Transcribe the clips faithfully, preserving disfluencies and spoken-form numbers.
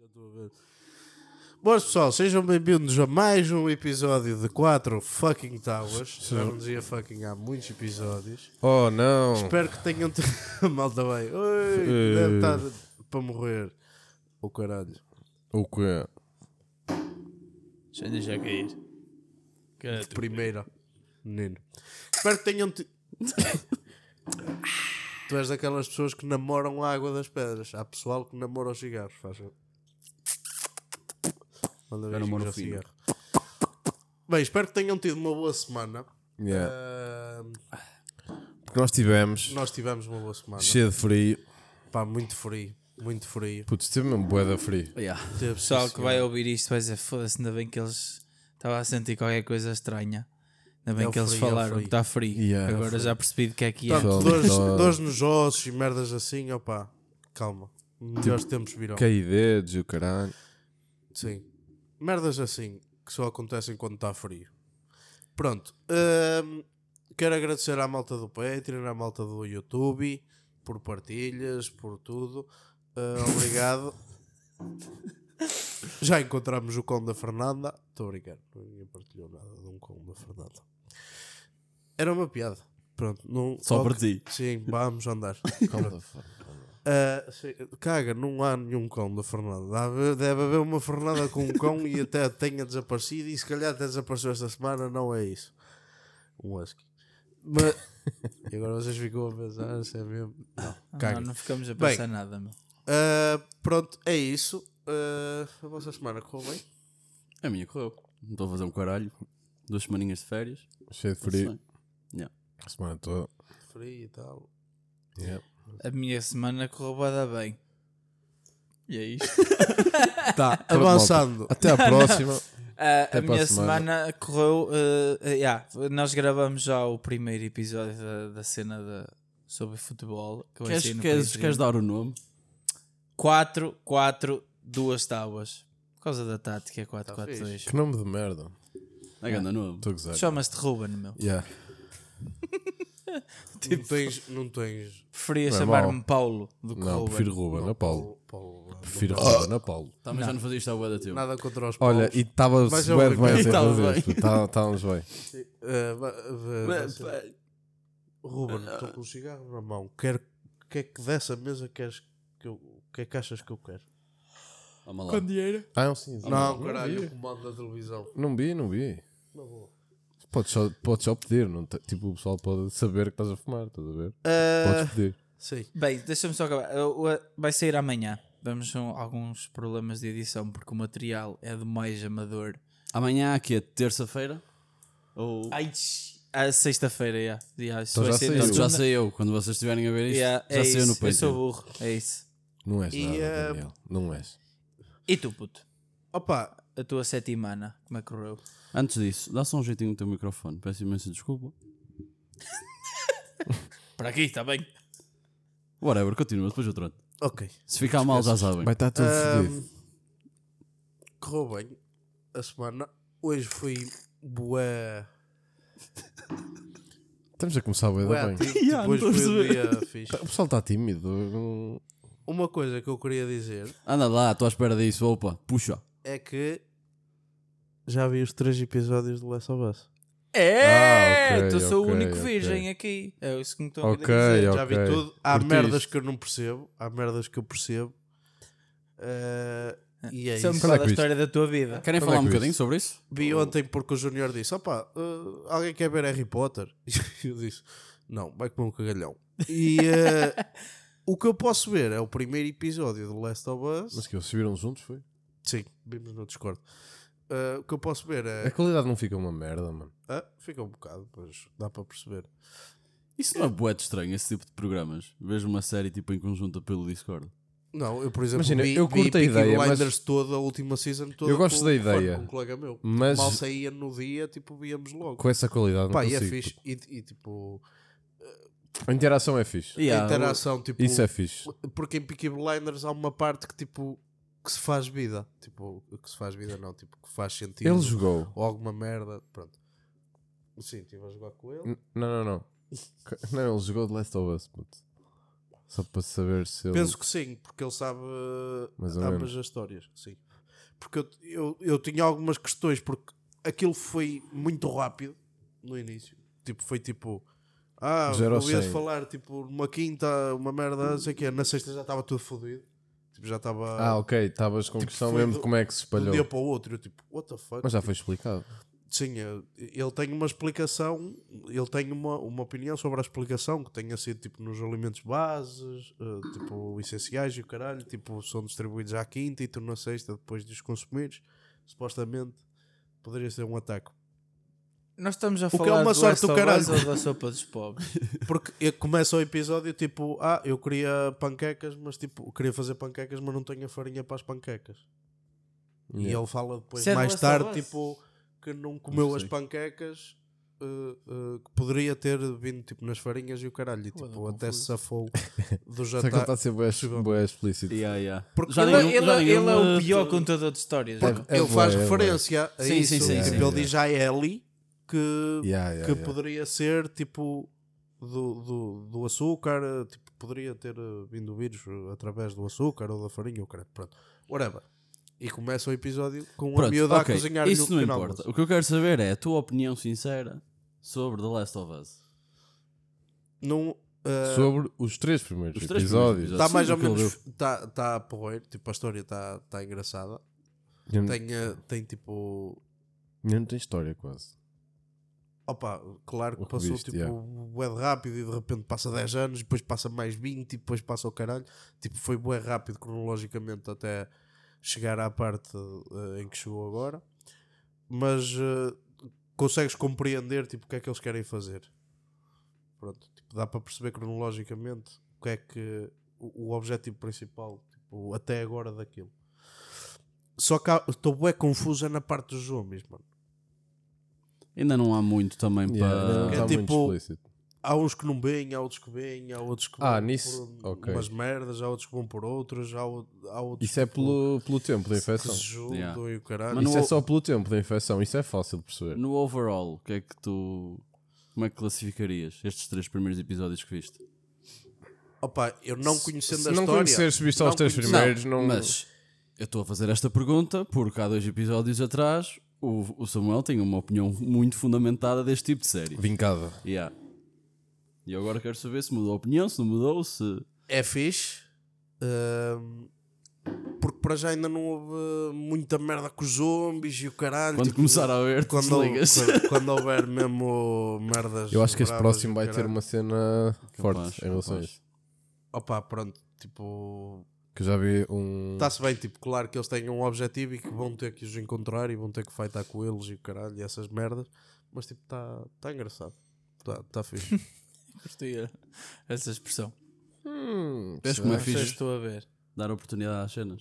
Estou a ver. Boas pessoal, sejam bem-vindos a mais um episódio de quatro fucking Towers. Já não dizia fucking há muitos episódios. Oh não! Espero que tenham tido. Malta bem. Oi, deve estar para morrer. O caralho. O quê? Deixa eu deixar cair. De primeira. Menino. Espero que tenham tido. Tu és daquelas pessoas que namoram a água das pedras. Há pessoal que namora os cigarros. Faz. Manda Eu namoro ao fino. cigarro. Bem, espero que tenham tido uma boa semana. Yeah. Uh, Porque nós tivemos nós tivemos uma boa semana. cheio de frio. Pá, muito frio. Muito frio. Putz, teve mesmo bué da frio. Yeah. Teve, O pessoal sim, que vai senhor. ouvir isto vai dizer: foda-se, ainda bem que eles estavam a sentir qualquer coisa estranha. Ainda bem É o que eles frio, é o falaram frio. que está frio. Yeah. Agora É o frio. já percebi de que é que é. Portanto, Pessoal, dores, pessoal- dores nos ossos e merdas assim, opá, calma. Melhores tempos virão. Caí dedos e o caralho. Sim. Merdas assim, que só acontecem quando está frio. Pronto. hum, quero agradecer à malta do Patreon, à malta do YouTube, por partilhas, por tudo. Ah, obrigado. Já encontramos o cão da Fernanda. Estou a brincar. Ninguém partilhou nada de um cão da Fernanda. Era uma piada. Pronto. Não, Só ok. para ti. Sim, vamos andar. Calma da fuck. Ah, sim, caga, não há nenhum cão da Fernanda. Deve, deve haver uma Fernanda com um cão e até tenha desaparecido. E se calhar até desapareceu esta semana. Não é isso. Um husky. Mas e agora vocês ficam a pensar se é mesmo. Não, caga. Não, não ficamos a Bem. pensar nada, meu. Ah, pronto, é isso. Ah, a vossa semana correu bem? A minha correu. Não estou a fazer um caralho. Duas semaninhas de férias. Cheio de Está-se frio. bem. Yeah. A semana toda. Frio e tal. Yeah. A minha semana correu bué da bem. E é isto. Tá, Pronto, avançando. malta. Até à próxima. Ah, Até a para a minha semana. semana, correu. ah, ah, yeah, nós gravamos já o primeiro episódio da, da cena da, sobre futebol. Que vai Queres, sair no queres, Patreon. queres dar o nome? quatro, quatro, duas tábuas. Por causa da tática, é quatro, Tá quatro, dois. Que nome de merda. É grande nome. Estou a gozar. Chama-se de Ruben, meu. Yeah. Não tens. Não tens. Preferia Não é chamar-me mau. Paulo do que Não, Ruben. prefiro Ruben, não Paulo. Paulo, Paulo, Prefiro não- Ruben, não Paulo. Também já não fazia isto à boa da teu. Nada contra os Paulos. Olha, e estava Mas bué eu- de bem a ser Estava fazer. bem. Tá- Estávamos bem. Ah, va- va- vai ser- Ruben, estou com o cigarro na mão. Quero. O que é que dessa mesa queres que eu. O que é que achas que eu quero? Vamos lá. Candeeira. Ah, é um cinza. Não, caralho, vi. o comando da televisão. Não vi, não vi. Não vou. Podes só, podes só pedir. Não te- tipo, o pessoal pode saber que estás a fumar. Estás a ver? Ah, Podes pedir. sim. Bem, deixa-me só acabar. Uh, uh, Vai sair amanhã. Vamos com alguns problemas de edição porque o material é do mais amador. Amanhã aqui é terça-feira? Ou... Ai, a sexta-feira, yeah. Yeah, isso Então vai já ser saiu. na Portanto, já segunda. saiu. Quando vocês estiverem a ver isto, Yeah, já é saiu no isso. Eu sou Patreon. burro, é isso. Não és E, nada, ah, Daniel. Não és. E tu, puto? Opa, A tua sétima, como é que correu? Antes disso, dá só um jeitinho no teu microfone. Peço imensa desculpa. Para aqui, está bem? Whatever, continua, depois eu trato. ok. Se ficar mal, já sabem. Vai estar tudo Ahm, fodido. correu bem a semana. Hoje fui bué. Estamos a começar bem, bué bem. ativo. Yeah, Tipo, hoje não foi estou a um dia fixe. O pessoal está tímido. não- Uma coisa que eu queria dizer Anda lá, estou à espera disso. Opa, puxa. é que já vi os três episódios do Last of Us. É! Ah, ok, tu sou ok, o único ok. virgem aqui. É isso que me estão a Ok, dizer. Já vi ok. tudo. Há Curtiste? merdas que eu não percebo. Há merdas que eu percebo. Ah, e é Isso é um isso. Quando é bocado a que história da tua vida. Querem Quando é falar um que bocadinho viste? sobre isso? Vi ontem porque o Júnior disse: opá, ah, alguém quer ver Harry Potter? E eu disse: não, vai comer um cagalhão. E ah, o que eu posso ver é o primeiro episódio do Last of Us. Mas que eles se viram juntos, foi? Sim, vimos no Discord. Ah, o que eu posso ver A é. qualidade não fica uma merda, mano. Ah, fica um bocado, mas dá para perceber. Isso não é bué de estranho, esse tipo de programas. Vejo uma série tipo em conjunto pelo Discord. Não, eu por exemplo Imagina, vi, eu vi curto a Peaky ideia, mas- Blinders toda, a última season toda. Eu gosto com, da ideia, Com um colega meu. mas- Mal saía no dia, tipo, víamos logo. Com essa qualidade não Pá, e é consigo. fixe. E, e, tipo, A interação é fixe. Yeah, a interação, tipo. Isso é fixe. Porque em Peaky Blinders há uma parte que, tipo, que se faz vida. Tipo, que se faz vida, não, tipo, que faz sentido. Ele jogou. Ou alguma merda. Pronto. Sim, estive a jogar com ele. N- Não, não, não. Não, ele jogou The Last of Us, puto. Só para saber se ele... Penso que sim, porque ele sabe Mais ou ambas menos. as histórias. Sim. Porque eu, eu, eu tinha algumas questões, porque aquilo foi muito rápido no início. Tipo, foi tipo. Ah, Zero a ouvias cem. falar, tipo, numa quinta, uma merda, não sei o quê. Na sexta já estava tudo fodido. Tipo, já estava. Ah, ok, estavas com Tipo, questão foi mesmo do- de como é que se de um espalhou. dia para o outro. Eu, tipo, what the fuck? Mas já foi explicado. Sim, eh, ele tem uma explicação, ele tem uma, uma opinião sobre a explicação que tenha sido tipo nos alimentos bases, eh, tipo essenciais e o caralho, tipo são distribuídos à quinta e tu na sexta depois de os consumires, supostamente poderia ser um ataque. Nós estamos a que é falar uma do sorte Last do of caralho. Us ou da sopa dos pobres. Porque eh, começa o episódio tipo, ah, eu queria panquecas, mas tipo, eu queria fazer panquecas, mas não tenho a farinha para as panquecas. E Yeah. ele fala depois, Isso é do mais Last of tarde, Us? tipo, que não comeu Não as sei. panquecas, uh, uh, que poderia ter vindo tipo, nas farinhas e o caralho. E, Pô, tipo, não até confuso. se safou do Só que ele jantar. está a ser bué, Possivelmente. bué explícito. Yeah, yeah. Porque Já ele, ninguém- ele- já ninguém ele é o mete- pior contador de histórias. É- não? é ele faz bué, é referência a Sim, isso. sim, sim, tipo, sim. ele Yeah. diz à Ellie que, Yeah, yeah, que yeah. poderia ser tipo do, do, do açúcar, uh, tipo, poderia ter uh, vindo o vírus uh, através do açúcar ou da farinha, ou caralho. Pronto, whatever. E começa o episódio com a Pronto, miúda ok, a cozinhar isso no não pequeno importa. almoço. O que eu quero saber é a tua opinião sincera sobre The Last of Us. Não, uh, Sobre os três primeiros Os três episódios. primeiros Está Sim, mais ou do que ele menos. Está tá a porrer. Tipo, a história está tá engraçada. Eu não- Tem, eh, tem tipo. eu não tem história quase. Opa, claro que O que passou viste, tipo yeah. bué de rápido e de repente passa dez anos, depois passa mais vinte e depois passa o caralho. Tipo, foi bué rápido cronologicamente até chegar à parte eh, em que chegou agora. Mas eh, consegues compreender tipo, o que é que eles querem fazer. Pronto, tipo, dá para perceber cronologicamente o que é que o, o objetivo principal tipo, até agora daquilo. Só que há- estou bué confusa na parte dos zombies, mano. Ainda não há muito também Yeah, para. não É está muito tipo- explícito. Há uns que não veem, há outros que veem, há outros que Ah, vão nisso? por Ok. umas merdas, há outros que vão por outros, há, o- há outros Isso é tipo, pelo, pelo tempo da que infecção. se juntam Yeah. e o caralho. Mas Isso no- é só pelo tempo da infecção. Isso é fácil de perceber. No overall, o que é que tu. Como é que classificarias estes três primeiros episódios que viste? Opa, eu não conhecendo Se a não história. conheceres, visto aos não três conhece- primeiros, não. Mas eu estou a fazer esta pergunta porque há dois episódios atrás o, o Samuel tem uma opinião muito fundamentada deste tipo de série. Vincada. Yeah. E eu agora quero saber se mudou a opinião, se não mudou, se. É fixe. ahm, porque para já ainda não houve muita merda com os zombies e o caralho. Quando tipo, começar a ver, tu quando, desligas. quando, quando houver mesmo merdas. Eu acho que este bravas próximo e o vai ter caralho. uma cena forte Capaz, em relação a capaz. isso. Opa, pronto. Tipo, Que eu já vi um. está-se bem, tipo, claro que eles têm um objetivo e que vão ter que os encontrar e vão ter que fightar com eles e o caralho e essas merdas. Mas tipo, está tá engraçado. Está tá fixe. Gostei essa expressão. Hum, Vês como é Não sei se fixe estou a ver. dar oportunidade às cenas?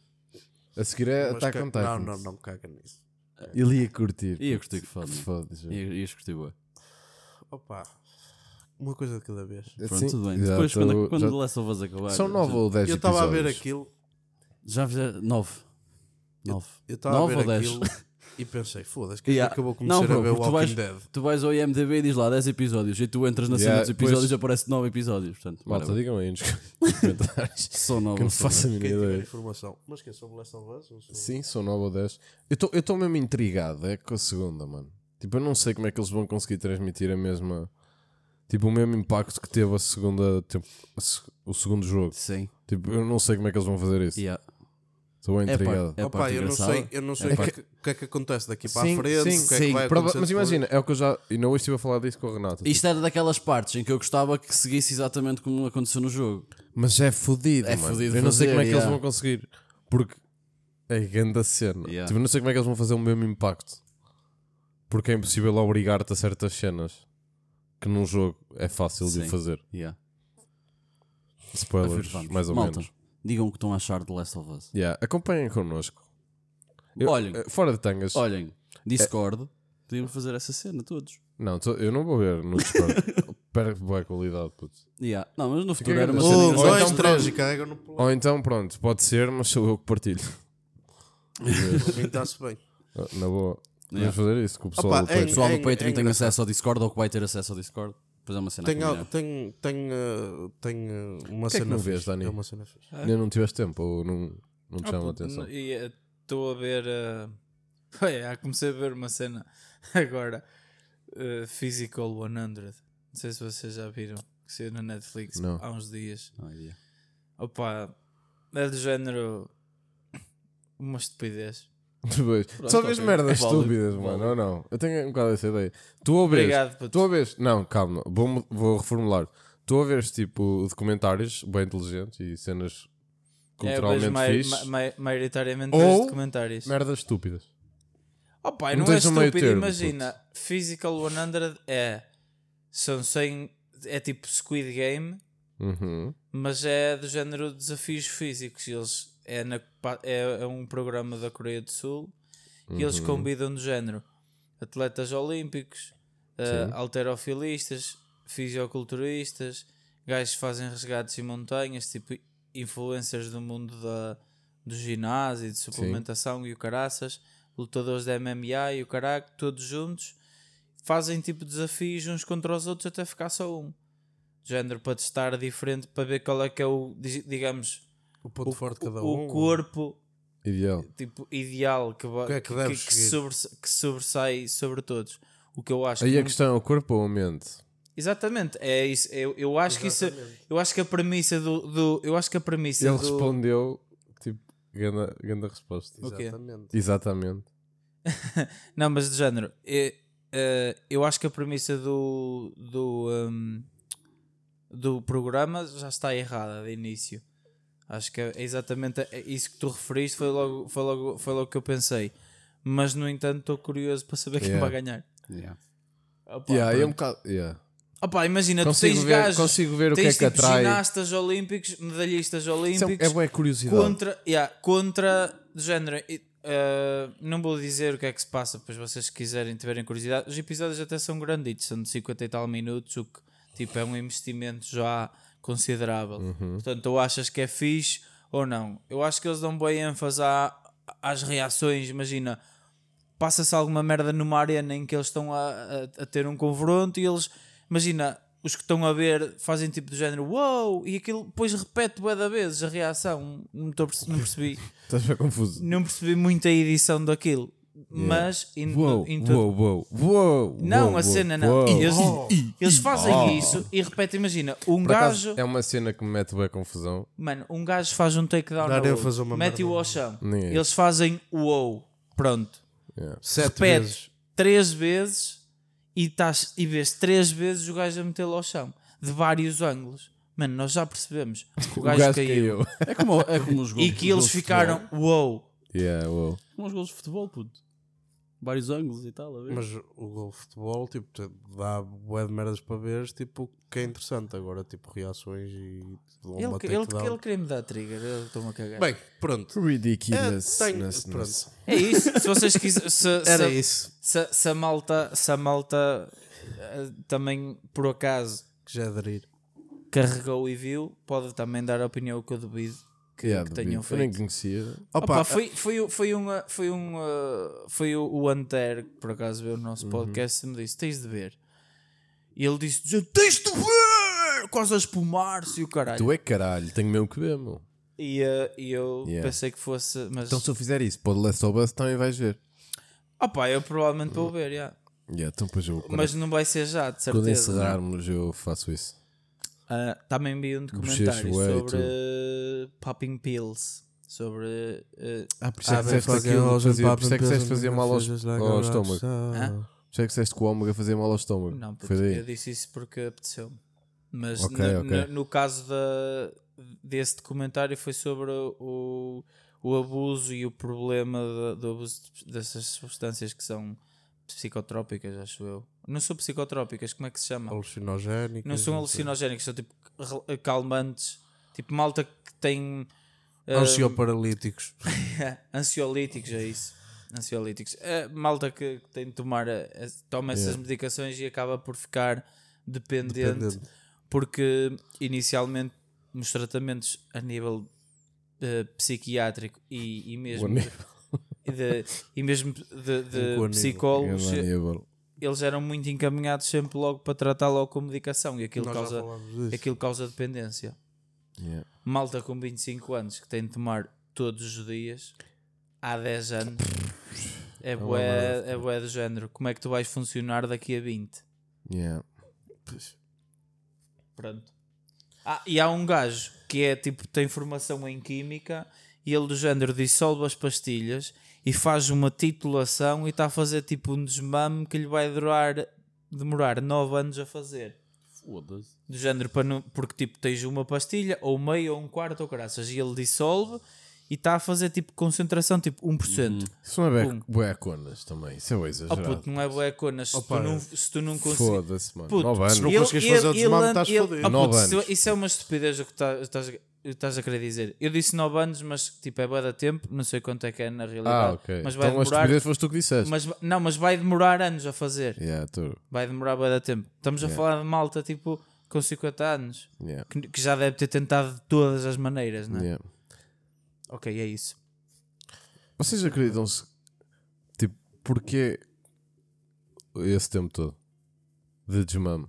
A seguir é Mas Attack ca- on Titan. Não, não, não caga nisso. Ele ia curtir. Ia curtir que foda. Que foda, já. Ia- Ias curtir, bué. Opa, uma coisa de cada vez. Pronto, Sim, tudo bem. já Depois, tô- quando, quando já- The Last of Us acabar. São já- nove ou dez Eu estava a ver episódios. aquilo, Já fizeram nove. Nove. eu estava a Nove ver ou dez? aquilo e pensei, foda-se, que Yeah. acabou de Não, começar bro, a ver o porque tu Walking vais- Dead. Tu vais ao I M D B e diz lá dez episódios e tu entras na cena Yeah, dos episódios pois- e aparece nove episódios. Portanto, Malta, whatever. digam aí nos comentários. São nove. Que não são faço a nove. mínima Quem tiver ideia. informação. Mas que é sobre Last of Us? Ou sobre- Sim, são nove ou dez. Eu estou mesmo intrigado, é com a segunda, mano. Tipo, eu não sei como é que eles vão conseguir transmitir a mesma. Tipo, o mesmo impacto que teve a segunda. Tipo, a se- o segundo jogo. Sim. Tipo, eu não sei como é que eles vão fazer isso. Yeah. Estou bem É intrigado. É a Opa, parte eu não engraçada. sei, eu não sei É o que, é que- que, o que é que acontece daqui para Sim, a frente, sim, o que é que sim. vai Prova- acontecer mas depois. imagina, é o que eu já. E não hoje estive a falar disso com o Renato. Isto era daquelas partes em que eu gostava que seguisse exatamente como aconteceu no jogo. Mas é fodido, É mano. fodido Eu não sei fazer, como é que yeah. eles vão conseguir. Porque é grande a cena. Yeah. Tipo, eu não sei como é que eles vão fazer o mesmo impacto. Porque é impossível obrigar-te a certas cenas que num jogo é fácil de Sim. fazer. Yeah. Spoilers, Vamos. mais ou Malta, menos. digam o que estão a achar de The Last of Us. Yeah. Acompanhem connosco. Eu- Olhem. eh, Fora de tangas. Olhem, Discord, podíamos fazer essa cena todos. Não, tô- eu não vou ver no Discord. Perde boa qualidade, puto. Yeah. Não, mas no futuro Fica era uma grande. cena Um, Ou dois, então três e carrega no plano. Ou então, pronto, pode ser, mas sou eu que partilho. Por mim está-se bem. Na boa. Podemos Yeah. fazer isso com o pessoal Opa, do é- Patreon. O pessoal é- do Patreon é tem engraçado. acesso ao Discord ou que vai ter acesso ao Discord. Depois é uma cena Tem, a al- combinar. tem, tem, uh, tem uh, uma que é que cena não vês, fixe. Dani? É uma cena fixe. Ainda não tiveste tempo ou não, não te Ah, chama a puto, atenção? n- e estou a ver. Uh... Ué, ah, comecei a ver uma cena agora. uh, Physical cem. Não sei se vocês já viram. Que saiu na Netflix Não. há uns dias. Não, ideia. Opa, é do género. Uma estupidez. Depois. Só vês ok. merdas Válido, estúpidas, válido. mano, ou não? Eu tenho um bocado essa ideia. Tu a vês, Obrigado, puto. tu a vês, não, calma, vou, vou reformular. Tu a vês tipo documentários bem inteligentes e cenas É, eu vejo culturalmente mai- fixe, ma- ma- maioritariamente Ou vejo documentários. merdas estúpidas. Opa, Não não, é tens um meio estúpido, termo, imagina. Physical cem é. São cem. É tipo Squid Game, Uhum. mas é do género desafios físicos. Eles, é, na, pa- é, é um programa da Coreia do Sul e eles Uhum. convidam do género atletas olímpicos, eh, Sim. halterofilistas, fisioculturistas, gajos que fazem resgates em montanhas, tipo influencers do mundo da, do ginásio e de suplementação e o caraças, lutadores de M M A e o caraca, todos juntos, fazem tipo desafios uns contra os outros até ficar só um. Género para testar diferente, para ver qual é que é o, di- digamos, O ponto o, forte de cada o um. corpo Ideal. tipo, ideal que, va- que é que que, deves que, seguir? sobressa- que sobressai sobre todos. O que eu acho Aí que a não- questão é o corpo ou a mente? Exatamente, é isso. Eu, eu acho que isso, Exatamente. eu acho que a premissa do, do eu acho que a premissa Ele do respondeu, tipo, grande, grande resposta. O quê? Exatamente. Exatamente. não, mas de género, é, é, eu acho que a premissa do do hum, do programa já está errada de início. Acho que é exatamente isso que tu referiste foi logo foi logo foi logo que eu pensei. Mas no entanto estou curioso para saber quem Yeah. vai ganhar. Yeah. Opa, Yeah, aí é um pronto. bocado. Yeah. Opa, imagina, tu Consigo tens ver, gajos, consigo ver o que é tens que tipo atrai. ginastas olímpicos, medalhistas Isso olímpicos, é, é boa curiosidade. contra, yeah, contra de género. e, uh, não vou dizer o que é que se passa, pois vocês se quiserem tiverem curiosidade. Os episódios até são granditos, são de cinquenta e tal minutos, o que tipo, é um investimento já considerável. Uhum. Portanto, ou achas que é fixe ou não. Eu acho que eles dão boa ênfase à, às reações. Imagina, passa-se alguma merda numa arena em que eles estão a, a, a ter um confronto e eles, imagina, os que estão a ver fazem tipo do género wow, e aquilo depois repete bué da vezes a reação. Não, estou a perce- não percebi Estás bem confuso. não percebi muito a edição daquilo, mas in- Uou, in todo- uou, uou, uou, não, uou, a cena não. uou. Eles, eles fazem Oh. isso e repetem. Imagina, um Por acaso, gajo, é uma cena que me mete bem confusão. mano, um gajo faz um takedown, Dar ao ênfase a outro, uma mete-o merda. ao chão. Ninguém. Eles fazem wow, pronto. Yeah. Sete Repete vezes. três vezes e, tás, e vês três vezes o gajo a metê-lo ao chão de vários ângulos. Mano, nós já percebemos que o O gajo, gajo caiu, caiu. É como, é como os gols. e que eles ficaram wow. Yeah, uou. Como os gols de futebol, puto. Vários ângulos e tal, a ver? Mas o gol de futebol, tipo, te- dá bué de merdas para ver, tipo, que é interessante. Agora, tipo, reações e uma Ele, ele, takedown. ele queria me dar trigger, eu estou-me a cagar. Bem, pronto. Ridiculous. É, tem- ness, pronto. ness. É isso, se vocês quiserem. Se, se, Era isso se, se a malta, se a malta eh, também por acaso que já aderir. carregou e viu, pode também dar a opinião que eu duvido que, Yeah, que duvido. tenham Eu nem feito. conhecia. Opa, Opa, foi, foi, o- foi, uma, foi, um, uh, foi o, o Anter que por acaso viu o nosso Uhum. podcast e me disse: tens de ver. E ele disse: tens de ver! Quase a espumar-se e o caralho. Tu é caralho, tenho mesmo que ver, meu. E, uh, e eu Yeah. pensei que fosse. Mas Então se eu fizer isso, pode Last of Us também vais ver. opa, eu provavelmente vou ver, yeah. Yeah, então depois eu, quando, Mas não vai ser já, de quando certeza. não. encerrarmos, eu faço isso. Uh, também vi um Bochecho, documentário ué, e sobre uh, popping pills. Sobre. Uh, Ah, por Ah, bem, disseste fazem aquilo, hoje fazia- papo por isso é que em disseste peso, fazer mal aos- fazes lá ao agora, estômago. ah. Hã? Por isso é que disseste que o ômega fazia mal ao estômago. Não, puto, Foi daí. eu disse isso porque apeteceu-me. Mas Ok, no, ok. no- no caso da, desse documentário foi sobre o, o abuso e o problema da- do abuso dessas substâncias que são psicotrópicas, acho eu. Não são psicotrópicas, como é que se chama? Alucinogénicos. Não são alucinogénicos, são tipo rel- calmantes, tipo malta que tem ah, Ansioparalíticos. ansiolíticos, é isso. Ansiolíticos. É malta que tem de tomar, eh, toma essas Yeah. medicações e acaba por ficar dependente, Dependente. porque inicialmente nos tratamentos a nível eh, psiquiátrico e, e mesmo O de, e de- e mesmo de, de Com o Aníbal. psicólogos Grande Aníbal. eles eram muito encaminhados sempre logo para tratar logo com medicação e aquilo, Nós já causa, falámos disso. aquilo causa dependência. Yeah. Malta com vinte e cinco anos que tem de tomar todos os dias há dez anos é bué, é bué do género. Como é que tu vais funcionar daqui a vinte? Yeah. Pronto. Ah, e há um gajo que é tipo, tem formação em química e ele do género dissolve as pastilhas e faz uma titulação e está a fazer tipo um desmame que lhe vai durar, demorar nove anos a fazer. Foda-se. Do género, para não, porque tipo tens uma pastilha ou meio ou um quarto ou caraças e ele dissolve e está a fazer tipo concentração tipo um por cento. Uhum. Isso não é Pum. bué conas também. Isso é o Oh exagerado. puto, não é bué conas. Se, Opa, tu não, se tu não consegues. Foda-se, mano. Puto, Nove anos. se não Ele- conseguires ele- fazer o desmame, ele- estás ele- fodido. Ah, puto, Nove se- anos. Isso é uma estupidez o que tá- estás, estás a querer dizer. Eu disse nove anos, mas tipo é bué da tempo. Não sei quanto é que é na realidade. Ah, ok. Mas vai Então a demorar. estupidez foste tu que disseste. Mas, não, mas vai demorar anos a fazer. Yeah, tu. Vai demorar bué da tempo. Estamos a Yeah. falar de malta tipo com cinquenta anos Yeah. que, que já deve ter tentado de todas as maneiras, não é? Yeah. Ok, é isso. Vocês acreditam-se, tipo, porquê esse tempo todo de desmame?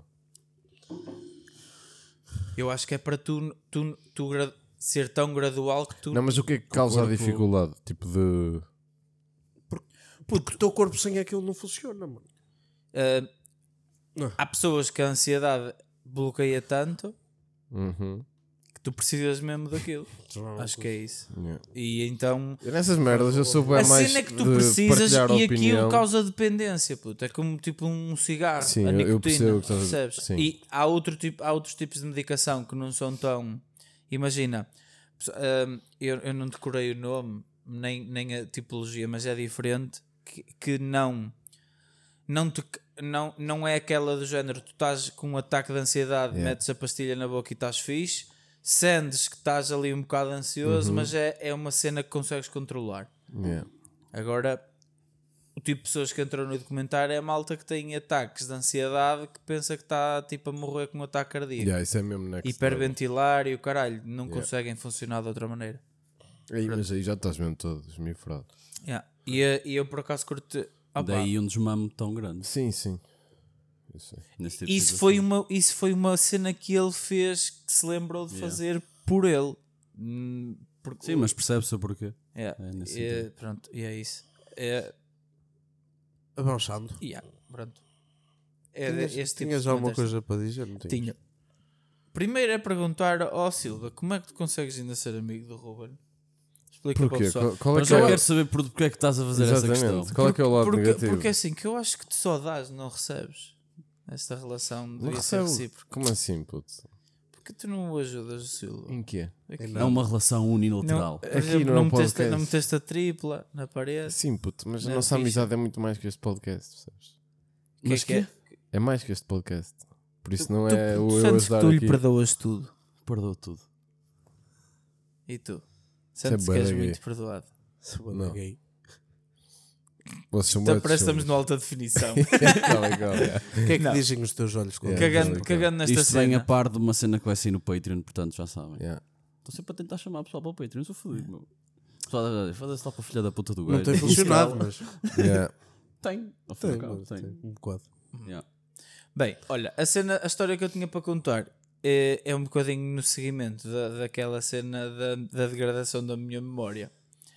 Eu acho que é para tu, tu, tu gra- ser tão gradual que tu. Não, mas o que é que causa a corpo- dificuldade? Tipo de... Porque o teu corpo sem aquilo não funciona, mano. Uh, Não. há pessoas que a ansiedade bloqueia tanto Uhum. que tu precisas mesmo daquilo. Acho que é isso. Yeah. E então Eu nessas merdas eu sou bem a mais cena é que tu de precisas partilhar e opinião. aquilo causa dependência, puto. É como tipo um cigarro, Sim, a eu- eu nicotina, percebo o que estás a dizer. percebes? Sim. E há, outro tipo, há outros tipos de medicação que não são tão. Imagina, hum, eu, eu não decorei o nome, nem, nem a tipologia, mas é diferente. Que, que não. Não, te, não, não é aquela do género, tu estás com um ataque de ansiedade, Yeah. metes a pastilha na boca e estás fixe, sentes que estás ali um bocado ansioso, Uhum. mas é, é uma cena que consegues controlar. Yeah. Agora, o tipo de pessoas que entrou no documentário é a malta que tem ataques de ansiedade que pensa que está tipo a morrer com um ataque cardíaco. Yeah, isso é mesmo next level. Hiperventilar e o caralho, não Yeah. conseguem funcionar de outra maneira. Aí, mas aí já estás mesmo todo esmifrado. Yeah. E, eh, e eu por acaso curti. Opa, Daí um desmame tão grande. Sim, sim. Eu sei. Nesse tipo de isso, situação. foi uma, isso foi uma cena que ele fez que se lembrou de Yeah. fazer por ele. Hum, porque Sim, mas percebe-se o porquê. Yeah. É nesse É, sentido. pronto, e é isso. É, Avançando. yeah, pronto. É Tinhas, este tipo tinhas de alguma comentários. coisa para dizer? Não tinhas? Tinha. Primeiro é perguntar ao Silva como é que tu consegues ainda ser amigo do Ruben? Explica para o Porquê? pessoal. Qual, qual é Mas que é eu o... quero saber por, porque é que estás a fazer essa Exatamente. questão. Qual é que é o lado porque, negativo? porque assim, que eu acho que tu só dás, não recebes. Esta relação Não devia ser recebo. recíproca. Como assim, puto? Porque tu não o ajudas, o Silva? Em quê? Aqui. É uma relação unilateral. Por Aqui exemplo, não é não, um meteste, podcast. não meteste a tripla na parede. Sim, puto, mas a Não, nossa fixe. amizade é muito mais que este podcast, percebes? Que Mas é que é? É mais que este podcast. Por isso não Tu- é tu o eu sentes que ajudar tu lhe aqui. perdoas tudo. Perdoa tudo. E tu? Isso é Sentes que bué és da muito gay. perdoado. Não. Gay. Vocês são Então bué de parece que estamos chulos. no alta definição. Tá legal, yeah. O que é que Não. dizem os teus olhos? quando- Yeah. cagando, Tá cagando nesta Isto vem cena. a par de uma cena que vai sair no Patreon, portanto já sabem. Yeah. Estou sempre a tentar chamar o pessoal para o Patreon, sou fodido, meu. Pessoal, foda-se lá para a filha da puta do Não gajo. tem funcionado, mas Yeah. Tem. Ao fim e tem, ao cabo, mas tem. tem um bocado. Yeah. Bem, olha, a cena, a história que eu tinha para contar é, é um bocadinho no seguimento da, daquela cena da, da degradação da minha memória.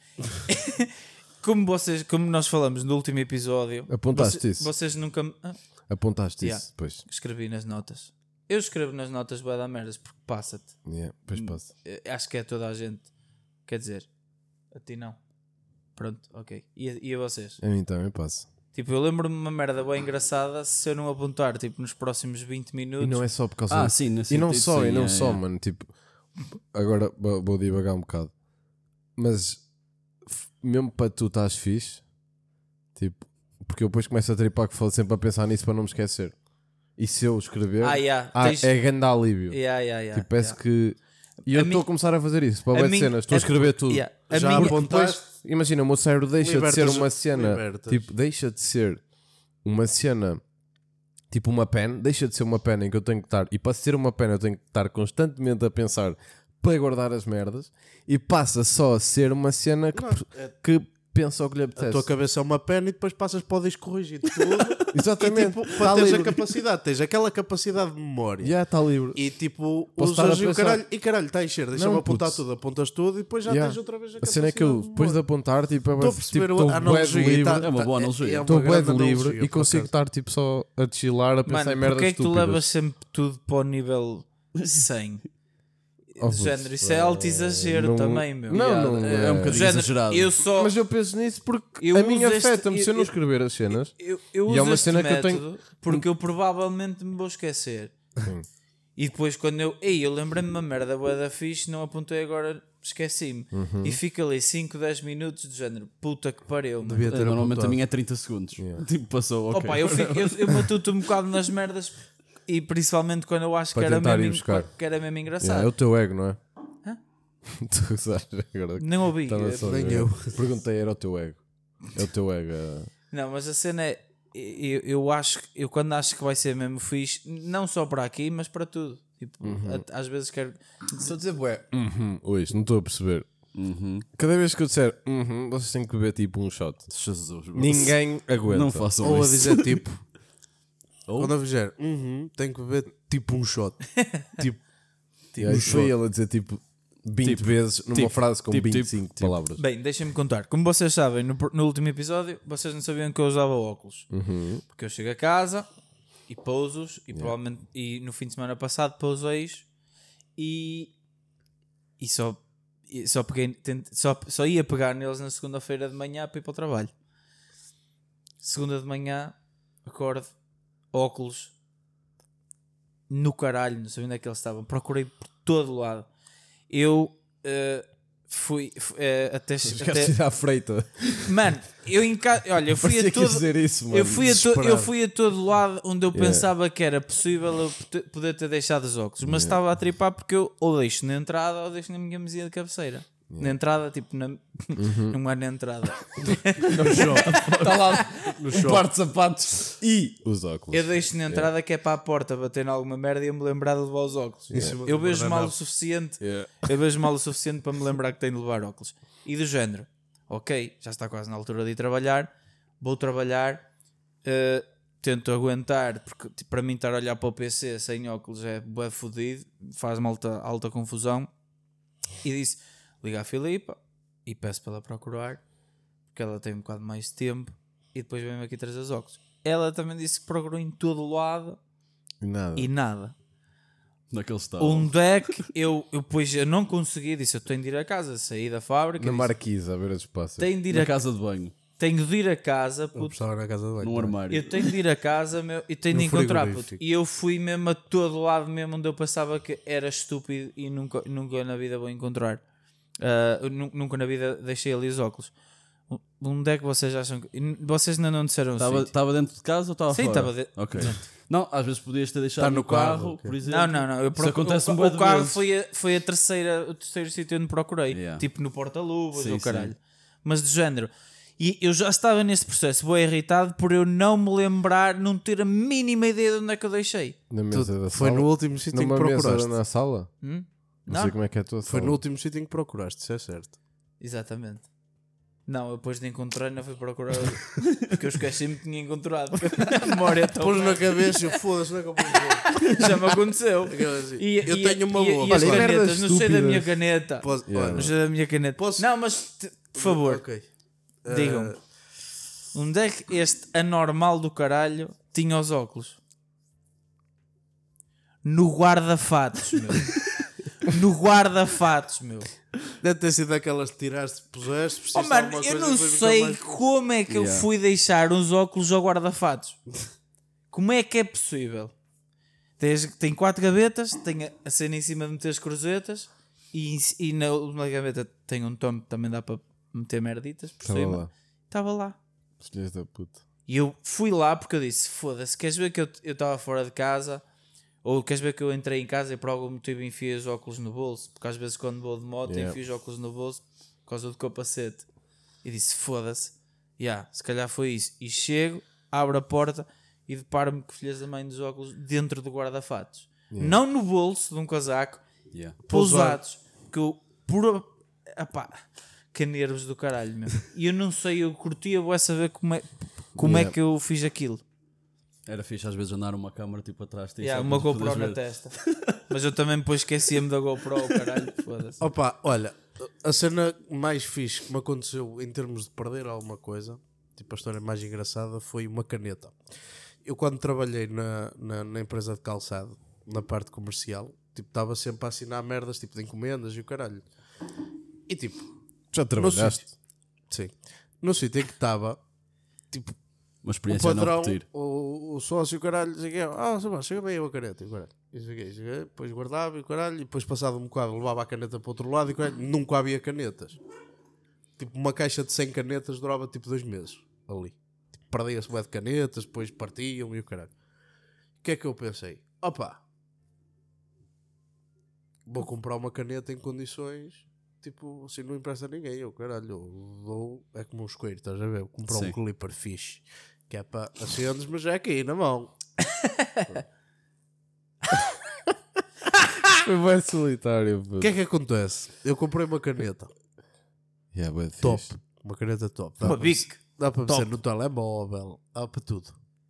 como, vocês, como nós falamos no último episódio, Apontaste voce- isso? vocês nunca. me- Ah, Apontaste Yeah. isso, pois. escrevi nas notas. Eu escrevo nas notas bué da merdas porque passa-te. Yeah. Pois Hum. passa. Eh, Acho que é toda a gente. Quer dizer, a ti não. Pronto, ok. E a, e a vocês? A mim também passa. Tipo, eu lembro-me de uma merda bem engraçada se eu não apontar, tipo, nos próximos vinte minutos. E não é só por causa Ah, disso. sim, nesse E não sentido, só, sim, e não é, só, é. mano. Tipo, agora vou vou divagar um bocado. Mas f- mesmo para tu estás fixe, tipo, porque eu depois começo a tripar que falo sempre a pensar nisso para não me esquecer. E se eu escrever, Ah, yeah, ah, tens- é grande alívio. Yeah, yeah, yeah, tipo, parece yeah. que. E A eu mim- estou a começar a fazer isso para a o de mim- cenas, estou a a- escrever tudo. Yeah. A Já minha- Porque apontaste? depois, imagina, o meu cérebro deixa de ser Libertas- uma cena. libertas. Tipo, deixa de ser uma cena. Tipo uma pen, deixa de ser uma pen em que eu tenho que estar. E para ser uma pen, eu tenho que estar constantemente a pensar para guardar as merdas. E passa só a ser uma cena que, Não, é- que pensa o que lhe A apetece. tua cabeça é uma pena e depois passas para o disco corrigir tudo. Exatamente. E, tipo, Tá para teres livre. a capacidade, tens aquela capacidade de memória. Já está livre. E tipo, Posso estar usas a e o pensar- caralho, e caralho, está a encher, deixa-me Não, apontar putz. tudo, apontas tudo e depois já Yeah. tens outra vez a A capacidade. cena é que eu, de depois de memória. apontar, tipo, é Estou a tipo, perceber estou a bué de analogia. livre. tá- É uma boa analogia. É, é uma Estou bué grande de livre analogia, e por consigo acaso. estar tipo só a chilar, a pensar Mano, em merdas porque é que tu estúpidas. levas sempre tudo para o nível cem? Oh, De putz, género, isso é alto exagero não- também, meu. Não, Yeah, não é um é. bocadinho Género, exagerado. eu só. Mas eu penso nisso porque Eu a mim uso este- afeta-me se eu eu- não escrever as cenas. Eu, eu E uso é uma este cena que eu método tenho- porque eu provavelmente me vou esquecer. Sim. E depois quando eu. Ei, eu lembrei-me de uma merda bué da fixe, não apontei agora, esqueci-me. Uhum. E fica ali cinco, dez minutos de género. Puta que pariu. mano. Devia É, ter normalmente apontado. a minha é trinta segundos. Tipo, passou, ok. Opa, eu, fico, eu, eu matuto um bocado nas merdas e principalmente quando eu acho Para que era, tentar ir mesmo, buscar. que era mesmo engraçado. Yeah, é o teu ego, não é? Hã? Tu usaste agora. Não ouvi. Estava só a nem ver. eu. Perguntei, era o teu ego. É o teu ego. é- Não, mas a cena é. Eu, eu acho que- eu quando acho que vai ser mesmo fixe, não só para aqui, mas para tudo. Tipo, Uhum. a- às vezes quero. Estou a dizer, bué. Uhum. Ui, não estou a perceber. Uhum. Cada vez que eu disser, uhum, vocês têm que beber tipo um shot. Jesus, bro. Ninguém aguenta. Não façam Ou a isso. dizer tipo, Ou- quando eu fizer, uhum, tenho que beber tipo um shot. Tipo, E aí foi ele a dizer tipo vinte Tipo, vezes numa tipo, frase com tipo, vinte e tipo, cinco tipo. palavras. Bem, deixem-me contar. Como vocês sabem, no, pr- no último episódio, vocês não sabiam que eu usava óculos. Uhum. Porque eu chego a casa e pouso-os e provavelmente e no fim de semana passado pousei-os e, e só, e só, peguei, tent- só, só ia pegar neles na segunda-feira de manhã para ir para o trabalho. Segunda de manhã, acordo, óculos no caralho, não sabia onde é que eles estavam. Procurei por todo lado. Eu eh, fui f- eh, até, Chegaste até a ir à freita. mano, eu em ca... olha, eu fui Parecia a que ias todo dizer isso, mano. eu fui, a to- eu Desesperado. fui a todo lado onde eu Yeah. pensava que era possível eu te- poder ter deixado os óculos, mas estava a tripar porque eu ou deixo na entrada ou deixo na minha mesinha de cabeceira. Na entrada, tipo, na... não é na entrada. Está lá um par de sapatos e os óculos. Eu deixo na entrada que é para a porta bater em alguma merda e eu me lembrar de levar os óculos. cima Eu do vejo mal o guardanapo. suficiente. Yeah. Eu vejo mal o suficiente para me lembrar que tenho de levar óculos. E do género, ok, já está quase na altura de ir trabalhar, vou trabalhar, eh, tento aguentar, porque tipo, para mim estar a olhar para o P C sem óculos é bué fodido, faz-me alta, alta confusão. E disse, liga à Filipa e peço para ela procurar, porque ela tem um bocado mais de tempo, e depois vem-me aqui trazer os óculos. Ela também disse que procurou em todo o lado E nada. e nada. Naquele estado. Um deck, eu, eu depois eu não consegui, disse eu tenho de ir a casa, saí da fábrica, Na disse, marquise, a ver as passas. tenho de ir Na a, casa de banho. tenho de ir a casa, eu puto, estava na casa do banho. Num armário. eu tenho de ir a casa meu, e tenho No de encontrar, puto. frigorífico. E eu fui mesmo a todo lado, mesmo onde eu pensava que era estúpido e nunca, nunca na vida vou encontrar. Ah, eu nu- nunca na vida deixei ali os óculos. Onde é que vocês acham que. Vocês ainda não disseram o Estava sítio. estava dentro de casa ou estava Sim, fora? estava de- Ok. Não, às vezes podias ter deixado Tá no, no carro, carro, ok. por exemplo. Não, não, não. Eu Isso procu- acontece o, um bué o de carro vezes. foi a, foi a terceira, o terceiro sítio onde procurei. Yeah. Tipo no porta-luvas Sim, ou sim. caralho. Mas de género. E eu já estava nesse processo, vou irritado por eu não me lembrar, não ter a mínima ideia de onde é que eu deixei. Na mesa da Foi sala. no último sítio em que Numa mesa procuraste. na sala? Hum? Não, Não? sei como é que é a tua Foi sala. no último sítio em que procuraste, isso é certo. Exatamente. Não, eu depois de encontrar, não fui procurar. Porque eu esqueci-me que tinha encontrado. A memória é tão Pôs má. na cabeça e eu foda-se, não é que eu pus Já me aconteceu. Aquela assim, E, eu e- tenho uma e- boa. E as Olha, canetas, merdas não sei da estúpidas. minha caneta. Posso- Yeah. olha, Não sei da minha caneta. Posso- Não, mas te- por favor, Ok. digam-me. Eh, Onde é que este anormal do caralho tinha os óculos? No guarda-fatos, meu. No guarda-fatos, meu. Deve ter sido aquelas que tiraste, puseste, Oh, precisaste de mano, alguma eu coisa não e depois nunca sei mais- como é que eu Yeah. fui deixar uns óculos ao guarda-fatos. Como é que é possível? Tens, tem quatro gavetas, tem a, a cena em cima de meter as cruzetas e, e na última gaveta tem um tom que também dá para meter merditas por Estava cima. lá. Estava lá. Filhas da puta. E eu fui lá porque eu disse: foda-se, queres ver que eu estava fora de casa? Ou queres ver que eu entrei em casa e por algum motivo enfiei os óculos no bolso? Porque às vezes quando vou de moto Yeah. enfio os óculos no bolso por causa do capacete. E disse: foda-se, yeah, se calhar foi isso. E chego, abro a porta e deparo-me que filhas da mãe dos óculos dentro do guarda-fatos. Não no bolso de um casaco, Yeah. pousados. Que eu, por. Epá, que nervos do caralho, meu. E eu não sei, eu curtia bué saber como, é, como Yeah. é que eu fiz aquilo. Era fixe às vezes andar uma câmara tipo atrás de ti, Yeah, só uma para tu GoPro poderes na ver. testa. Mas eu também depois esquecia-me da GoPro, caralho, foda-se. Opa, olha, a cena mais fixe que me aconteceu em termos de perder alguma coisa, tipo a história mais engraçada, foi uma caneta. Eu quando trabalhei na, na, na empresa de calçado, na parte comercial, tipo, estava sempre a assinar merdas, tipo, de encomendas e o caralho. E tipo, Já no trabalhaste? sítio, sim, no sítio em que estava, tipo, Uma o experiência a não padrão, repetir. o, o sócio, o caralho, dizia que, ah, sei lá, chega bem eu a caneta, e o caralho. E cheguei, cheguei, depois guardava e o caralho, e depois passado um bocado levava a caneta para o outro lado e o caralho, nunca havia canetas. Tipo, uma caixa de cem canetas durava tipo dois meses ali. Tipo, perdia-se bué de canetas, depois partiam e o caralho. O que é que eu pensei? Opa, vou comprar uma caneta em condições, tipo, assim não empresta a ninguém, eu caralho, eu dou, é como um isqueiro, estás a ver? Vou comprar Sim. um clipper fixe, que é para acendes, mas é aqui na mão. Foi bem solitário. O que é que acontece? Eu comprei uma caneta Yeah, bué top, fixe. uma caneta top. Dá Uma para Bic. Dá para Top. ser no telemóvel, dá para tudo.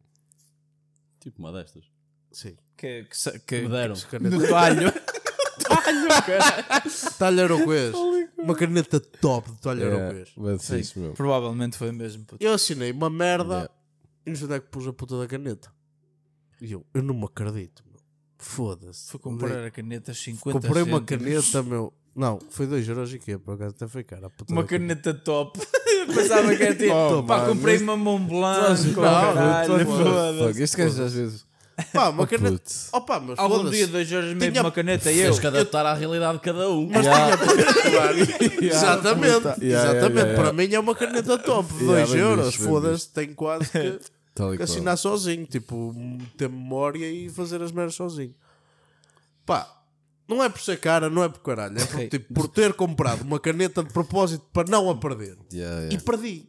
Tipo uma destas. Sim. Que, que, se- que, Me deram. Essa caneta- no talho. talho, cara. Talho aroquês. Uma caneta top de talho Yeah, aroquês. bué fixe, meu. Provavelmente foi mesmo, puto. Eu assinei uma merda Yeah. e não sei onde é que pus a puta da caneta. E eu, eu não me acredito, meu. Foda-se. Fui comprar a caneta cinquenta Comprei uma cêntimos. caneta, meu. Não, foi dois euros e quê? Por acaso até foi cara. a puta Uma da caneta. caneta top. Eu pensava que era tipo, Oh, pá, mano, comprei isto- uma Mont Blanc, Não, com caralho, puto, foda-se. Fuck, este gajo às vezes. Pá, uma Oh, caneta. puto. Opa, mas Algum foda-se. dia, dois euros e meio Tinha- de uma caneta e eu. Tens que adaptar à realidade de cada um. Yeah. Exatamente, puta. Yeah, exatamente. yeah, yeah, Para mim é uma caneta top. Yeah, dois bem euros, visto, bem foda-se. Tenho quase que, Tal e que qual. assinar sozinho. Tipo, ter memória e fazer as merdas sozinho. Pá, não é por ser cara, não é por caralho. É por, Ok. tipo, por ter comprado uma caneta de propósito para não a perder. Yeah, E yeah. perdi.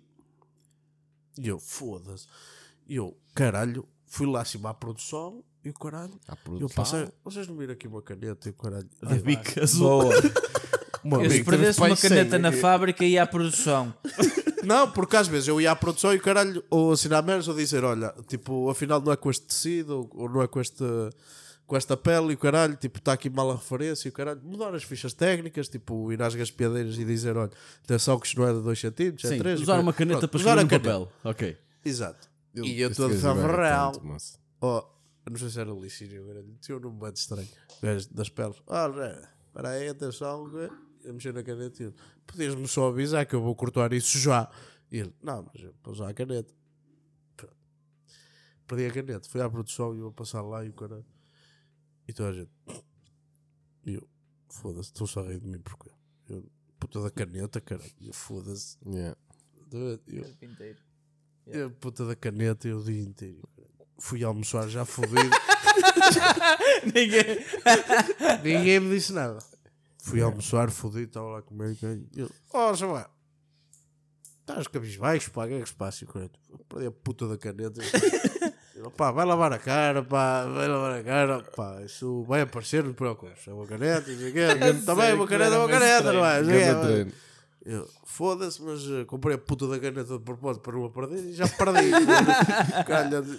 E eu, foda-se. E eu, caralho, fui lá acima à produção e o caralho. À E eu produção. passei, vocês não viram aqui uma caneta e o caralho. A bica azul. Boa. Uma Eu se Bic, perdesse pai uma cem caneta na aqui. fábrica ia à produção. Não, porque às vezes eu ia à produção e o caralho, ou assinar merdas ou dizer, olha, tipo, afinal não é com este tecido, ou, ou não é com este com esta pele e o caralho, tipo, está aqui mal a referência e o caralho, mudar as fichas técnicas, tipo, ir às gaspiadeiras e dizer, olha, atenção que isto não é de dois centímetros, é Sim, três. usar uma caneta para usar escrever a no caneta. papel. Ok. Exato. E eu Este todo gajo é bué favorel. tanto, moço. Oh, eu não sei se era o Licínio, era tinha um nome bem estranho. O gajo das peles. Ah, Zé, espera aí, atenção, que eu mexer na caneta. E ele, podias-me só avisar que eu vou cortar isso já. E ele, não, mas eu vou usar a caneta. Pronto. Perdi a caneta, fui à produção e eu a passar lá e o cara. E toda a gente. E eu, foda-se, estou só a rir de mim porque eu, puta da caneta, cara. E eu, foda-se. Yeah. Eu, eu, puta da caneta, eu o dia inteiro. Fui almoçar já fodido. Ninguém. Ninguém me disse nada. Fui almoçar, fodido, estava lá a comer. E eu, oh, Samuel, estás cabisbaixo, pá, que é que se passa? E o cara, perdi a puta da caneta. Eu, pá, vai lavar a cara, pá, vai lavar a cara, pá, isso vai aparecer, não te preocupes. É uma caneta, não sei o quê. Também é uma caneta, é uma caneta, não é? Ganda treino. Eu, foda-se, mas uh, comprei a puta da caneta de propósito para não a perder e já perdi. Calha.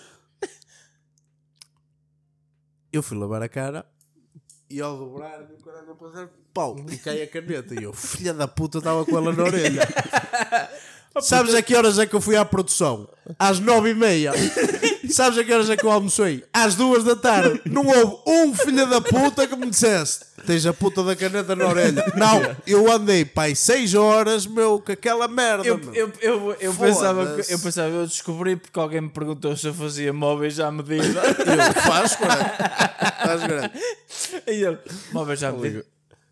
Eu fui lavar a cara e ao dobrar o caralho a passar, pau, e cai a caneta. E eu, filha da puta, estava com ela na orelha. Sabes a que horas é que eu fui à produção? Às nove e meia. Sabes a que horas é que eu almocei? Às duas da tarde. Não houve um filho da puta que me dissesse: tens a puta da caneta na orelha. Não, eu andei, pai, seis horas, meu, com aquela merda. Eu, meu. eu, eu, eu, Foda-se. pensava que, eu pensava, eu descobri porque alguém me perguntou se eu fazia móveis à medida. Eu faço, caralho. Faz grande. E ele, móveis à medida.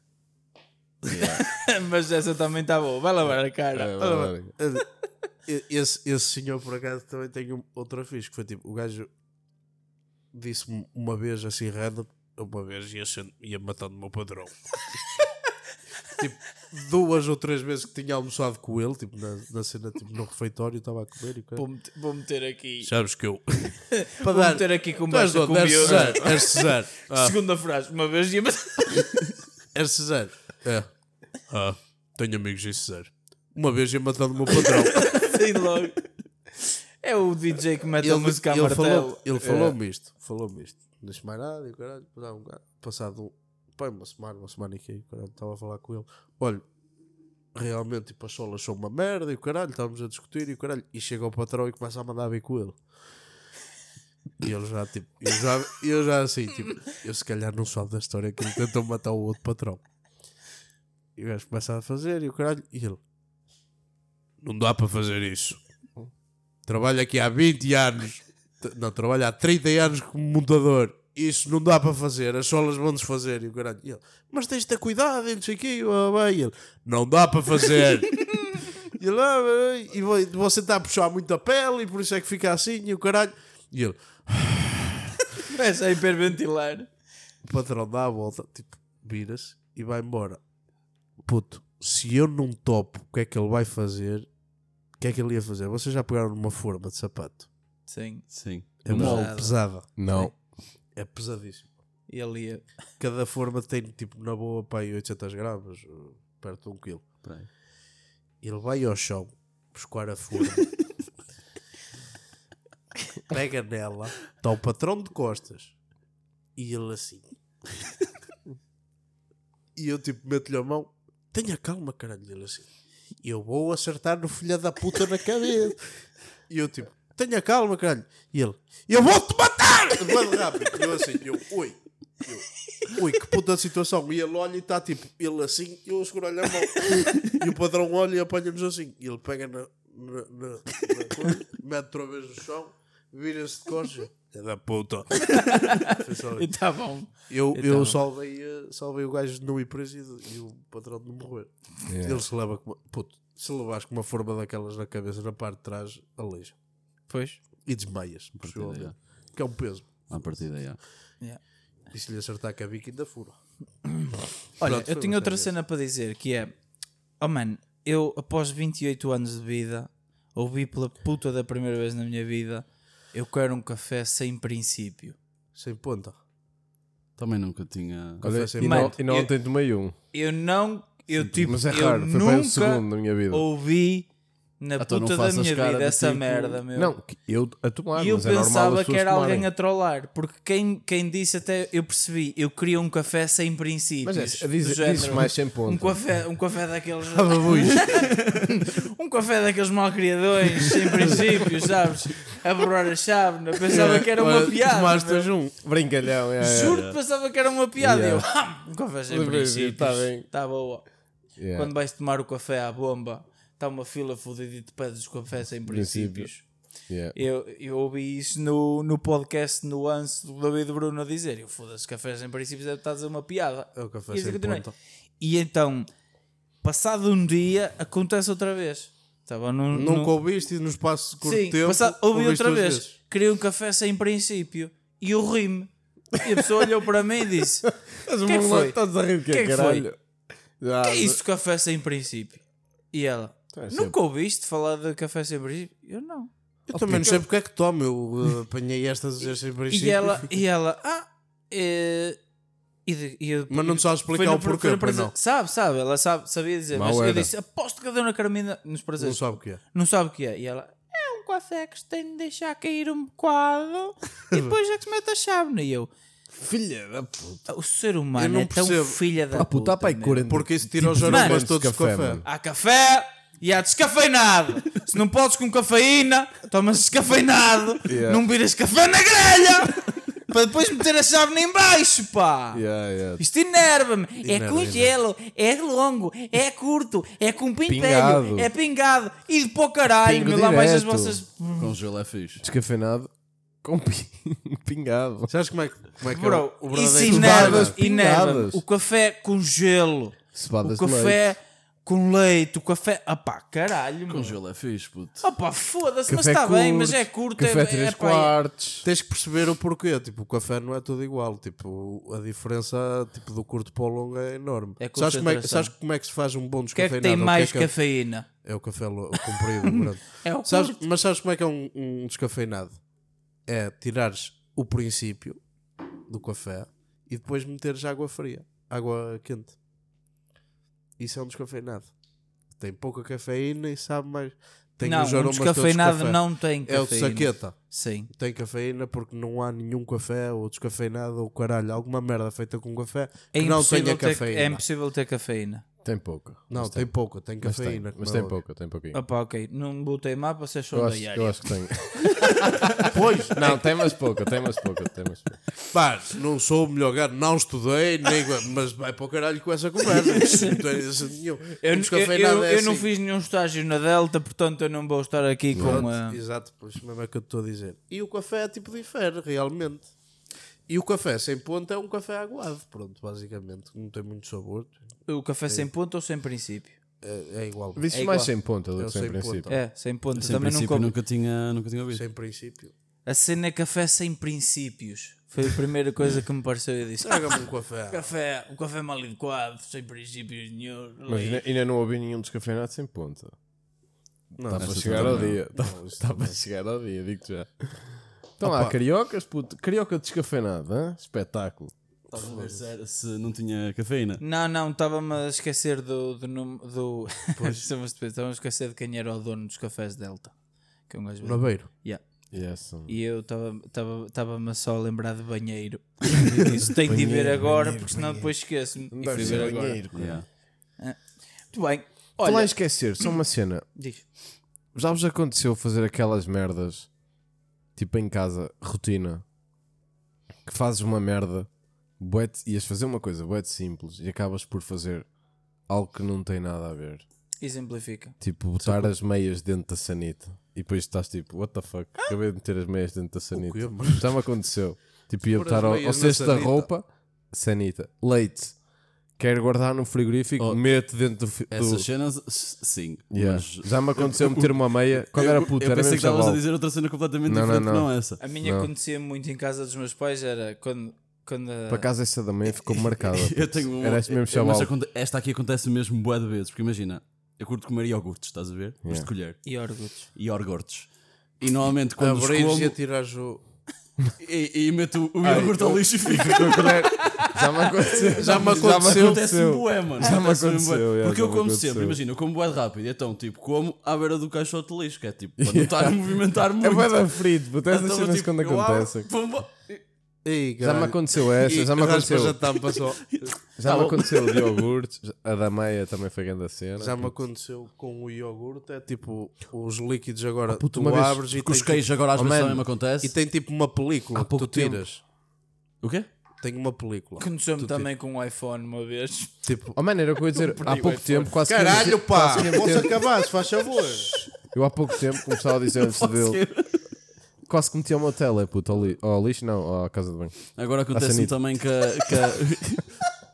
Mas essa também está boa. Vai lavar a cara. É, Vai lavar. vai. Esse, esse senhor, por acaso, também tem um- outra fixe, que foi tipo, o gajo disse-me uma vez assim random, uma vez ia, sendo, ia matando o meu padrão. Tipo, duas ou três vezes que tinha almoçado com ele, tipo, na, na cena, tipo, no refeitório, estava a comer e o cara. Vou meter, vou meter aqui. Sabes que eu. Vou meter aqui Tu és conversa de com onde? o És miúdo. Cesar. És Cesar. Ah, Segunda frase. Uma vez ia. és Cesar. É. Ah, tenho amigos em Cesar. Uma vez ia matando o meu patrão. Sei logo. É o D J que mete a música a ele martelo. falou, ele falou-me isto. Falou-me isto. Não disse mais nada e o caralho. Passado, um, passado um, pá, uma semana, uma semana e que o caralho estava a falar com ele. Olha, realmente tipo, as solas são uma merda e o caralho. Estávamos a discutir e o caralho. E chega ao patrão e começa a mandar vir com ele. E ele já, tipo, eu já, eu já assim, tipo, eu se calhar não soube da história que ele tentou matar o outro patrão. E o gajo começa a fazer e o caralho. E ele, não dá para fazer isso. Trabalho aqui há vinte anos. Não, trabalho há trinta anos como montador. Isso não dá para fazer. As solas vão desfazer. E o caralho. E ele, mas tens de ter cuidado. E não sei o quê. E ele, não dá para fazer. E ele, ah, e você está a puxar muito a pele. E por isso é que fica assim. E o caralho. E ele, começa a hiperventilar. o patrão dá a volta. Tipo, vira-se e vai embora. Puto, se eu não topo o que é que ele vai fazer, o que é que ele ia fazer? Vocês já pegaram numa forma de sapato? Sim. Sim. É Pesada. pesada. Não. É pesadíssimo. E ele ia... Cada forma tem, tipo, na boa, pá, oitocentos gramas, perto de um quilo. Peraí. Ele vai ao chão buscar a forma, pega nela, está o patrão de costas e ele assim. E eu, tipo, meto-lhe a mão, tenha calma, caralho. Ele assim, eu vou acertar no filho da puta na cabeça. E eu, tipo, tenha calma, caralho. E ele, eu vou-te matar! Mano, rápido. E eu assim, eu, ui. Eu, ui, que puta situação. E ele olha e está tipo, ele assim, e eu seguro-lhe a mão. E o padrão olha e apanha-nos assim. E ele pega na, na, na, na coisa, mete outra vez no chão, vira-se de costas. É da puta. E tá bom. Eu, Então. eu salvei, eh, salvei o gajo de não ir preso e, e o patrão de não morrer. Yeah. Ele se leva com uma, puto, se levas com uma forma daquelas na cabeça, na parte de trás, aleija. Pois. E desmaias. possivelmente. já. Que é um peso. À partida, já. Yeah. E se lhe acertar com a bica, ainda fura. Olha, Pronto, eu foi tinha outra bastante cena para dizer, que é... Oh man, eu após vinte e oito anos de vida, ouvi pela puta da primeira vez na minha vida, eu quero um café sem princípio. Sem ponta. Também nunca tinha. Café Olha, sem e, Mano, não, e não eu- ontem tomei um. Eu não... Eu, tipo, Mas é eu raro, foi para o nunca segundo na minha vida. ouvi na Então não puta da faças minha cara vida de essa tipo- merda, meu. Não, que eu a tomar, E eu mas é normal pensava as que pessoas era tomarem. alguém a trollar, porque quem, quem disse até eu percebi, eu queria um café sem princípios. Mas é, do diz, género, dizes mais sem ponto. um café, um café daqueles Ah, um café daqueles malcriadões sem princípios, sabes? A borrar a chave, eu pensava que era uma piada. Tomaste meu. um. Brincalhão, é, é, Juro que pensava que era uma piada. Yeah. Eu, "Ah, um café sem Lembra-me, princípios. tá bem. Está boa. yeah. Quando vais tomar o café à bomba, está uma fila fodida e te pedes o café sem princípios. Yeah. Eu, eu ouvi isso no, no podcast Nuance do David Bruno a dizer: eu foda-se, café sem princípios deve estar a dizer uma piada. É o café E assim sem continuei. ponta. E então, passado um dia, acontece outra vez. Estava num, Nunca num... ouviste e no espaço de curto Sim, tempo. passado, ouvi ouviste outra duas vez. vezes. Queria um café sem princípio. E eu ri-me. E a pessoa olhou para mim e disse: Mas que é que foi? Estás a rir de Que quê, é que caralho? Ah, que é isso, café sem princípio? E ela: É nunca sempre- ouviste falar de café sem princípio? Eu não. Eu também não sei porque é que tomo. Eu uh, apanhei estas a dizer sem princípio. E ela, e ela, ah, é... e de- e eu- Mas não te sabes foi explicar no- o porquê, foi no pois prazer- não? Sabe, sabe, ela sabe, sabia dizer. Mal Mas eu era. disse: aposto que a dona Carmina nos Não prazeres sabe o que é. não sabe o que é. E ela: é um café que se tem de deixar cair um bocado e depois é que se mete a chávena. E eu: Filha da puta. o ser Eu humano não é tão percebo. filha da Ah, puta, puta. pai, meu. quarenta. Porque isso tira os Tipos aromas diferentes todos de do café. mano. Há café e há descafeinado. Se não podes com cafeína, tomas descafeinado. Yeah. Não viras café na grelha para depois meter a chávena em baixo, pá. Yeah, yeah. Isto enerva-me. É Enerva, com enerva. gelo, é longo, é curto, é com pintelho, Pingado. é pingado. E de pô caralho, Pingo meu, lá mais as direto. vossas. Com gelo é fixe. Descafeinado com pi- pingado. Sabes como é que, como é, que Bro, é o- o isso verdadeiro Cebadas enerva, enerva. pingadas. O café com gelo, Cebadas o de leite. café com leite, o café. Ah pá, caralho, Com meu. gelo é fixe, puto. Ah pá, foda-se, mas Café está bem, curto, mas é curto, Café é, três é, pá, é- quartos. Tens que perceber o porquê. Tipo, o café não é tudo igual. Tipo, a diferença tipo, do curto para o longo é enorme. É sabes, como é, concentração. sabes como é que se faz um bom O que é que descafeinado? tem Ou mais que é que- cafeína? É o café lo- o comprido. o grande. É o Sabes, curto. mas sabes como é que é um, um descafeinado? É tirares o princípio do café e depois meteres água fria, água quente. Isso é um descafeinado. tem pouca cafeína e sabe mais. Tem não, os um aromas descafeinado todos de café. não tem É o cafeína. de saqueta. Sim. Tem cafeína porque não há nenhum café ou descafeinado ou caralho, alguma merda feita com café que É não tenha impossível ter, cafeína. é impossível ter cafeína. Tem pouca. Não, mas tem pouca, tem Mas tem, cafeína. mas como tem é óbvio. pouca, tem pouquinho. Opa, ok. Não botei má, vocês são Eu da acho, área. eu acho que tem. Pois, Não, tem mais pouca, tem mais pouca, tem mais pouca. pá, não sou o melhor gato, não estudei, nem, mas vai para o caralho com essa conversa. Não tem esse nenhum. Eu, Um eu, descafeinado eu, é eu não assim. fiz nenhum estágio na Delta, portanto eu não vou estar aqui com Pronto, a... Exato, pois mesmo é que eu estou a dizer. E o café é tipo difere, realmente. E o café sem ponto é um café aguado, pronto, basicamente. Não tem muito sabor. O café sem ponto ou sem princípio? É, é igual. Dizes É mais igual. sem ponta do Eu que sem sem princípio. ponta. É, sem ponto. Sem Também princípio nunca... nunca tinha, nunca tinha ouvido. Sem princípio. A cena é café sem princípios. Foi a primeira coisa que me pareceu. Eu disse: Traga-me um café. café, um café mal educado, sem princípios nenhum. Mas ainda, ainda não ouvi nenhum descafeinado sem ponta. Não, Está para essa chegar ao também dia. não, Está isso está também. para chegar ao dia, digo-te já. Então Opa. há cariocas, puto. Carioca descafeinado, hein? Espetáculo. Estás a ver se, era- se não tinha cafeína. Não, não, estava-me a esquecer do. do, nome- do... Estava-me a esquecer de quem era o dono dos cafés Delta. Que é um gajo bem- Naveiro. Yeah. Yes. um- E eu estava-me só a lembrar de banheiro. E disse: tenho de ir ver Banheiro, agora, banheiro, porque senão banheiro. depois esqueço-me. Não E deve fui ser ver agora. banheiro, cara. Yeah. Muito bem. Falar em Olha, esquecer, só uma cena. diz. Já vos aconteceu fazer aquelas merdas, tipo em casa, rotina, que fazes uma merda, bué de- ias fazer uma coisa bué de simples e acabas por fazer algo que não tem nada a ver. Exemplifica. Tipo, botar as meias dentro da sanita. E depois estás tipo, what the fuck? Acabei de meter as meias dentro da sanita. quê, mano? Já me aconteceu. Tipo, ia Pôr as botar ao, ao meias na cesto da sanita. roupa, sanita. Leite. Quero guardar no frigorífico, Oh, mete dentro do... fi- do Essas cenas, s- sim. Yeah. Mas Já me aconteceu meter uma meia quando eu, era puto, eu era pensei mesmo que estavas a chaval. dizer outra cena completamente Não, não, diferente, não. não, essa. A minha Não. acontecia muito em casa dos meus pais, era quando. quando a- Para casa essa da mãe ficou marcada. Eu puto. tenho uma, Era este mesmo eu- chaval. mas aconte- esta aqui acontece mesmo bué de vezes, porque imagina, eu curto comer iogurtes, estás a ver? Mas de Yeah. colher. E orgulhos. E iogurtes. E normalmente quando os Abrires como, e atirares o. e, e meto o Ai, iogurte ao eu- lixo e fico. Já me aconteceu. Já me aconteceu. Acontece-me bué, mano. Já me Acontece-me aconteceu, bué. yeah, Porque já eu me como aconteceu. sempre, imagina, eu como bué de rápido, então tipo, como à beira do caixote de lixo, que é tipo, para não estar a movimentar muito. É bué da frito, puto. Essas Então, cenas tipo, quando eu abro, acontecem. pumba, Ei, Já me caralho. aconteceu essa, E já me raspas aconteceu. a tampa só. Já Tá me bom. aconteceu de iogurtes. A da meia também foi grande a cena. Já me puto. aconteceu com o iogurte. É tipo, os líquidos agora puto, tu uma vez- abres e Com os tem, queijos agora às Oh, vezes man. também me acontece. e tem tipo uma película Há que pouco tu tiras. tempo. O quê? Tem uma película. Aconteceu-me Tu também com um iPhone uma vez. Tipo, Oh, mano, era o que eu ia dizer. Há pouco tempo, quase que ia caralho, meter- pá! quase que ia Posso meter- acabar, se faz favor. Eu há pouco tempo começava a dizer antes dele. Quase que meti o meu tele, puto, ao, li... ao lixo, não, à casa de banho. Agora acontece-me sanita. também que, a- que a-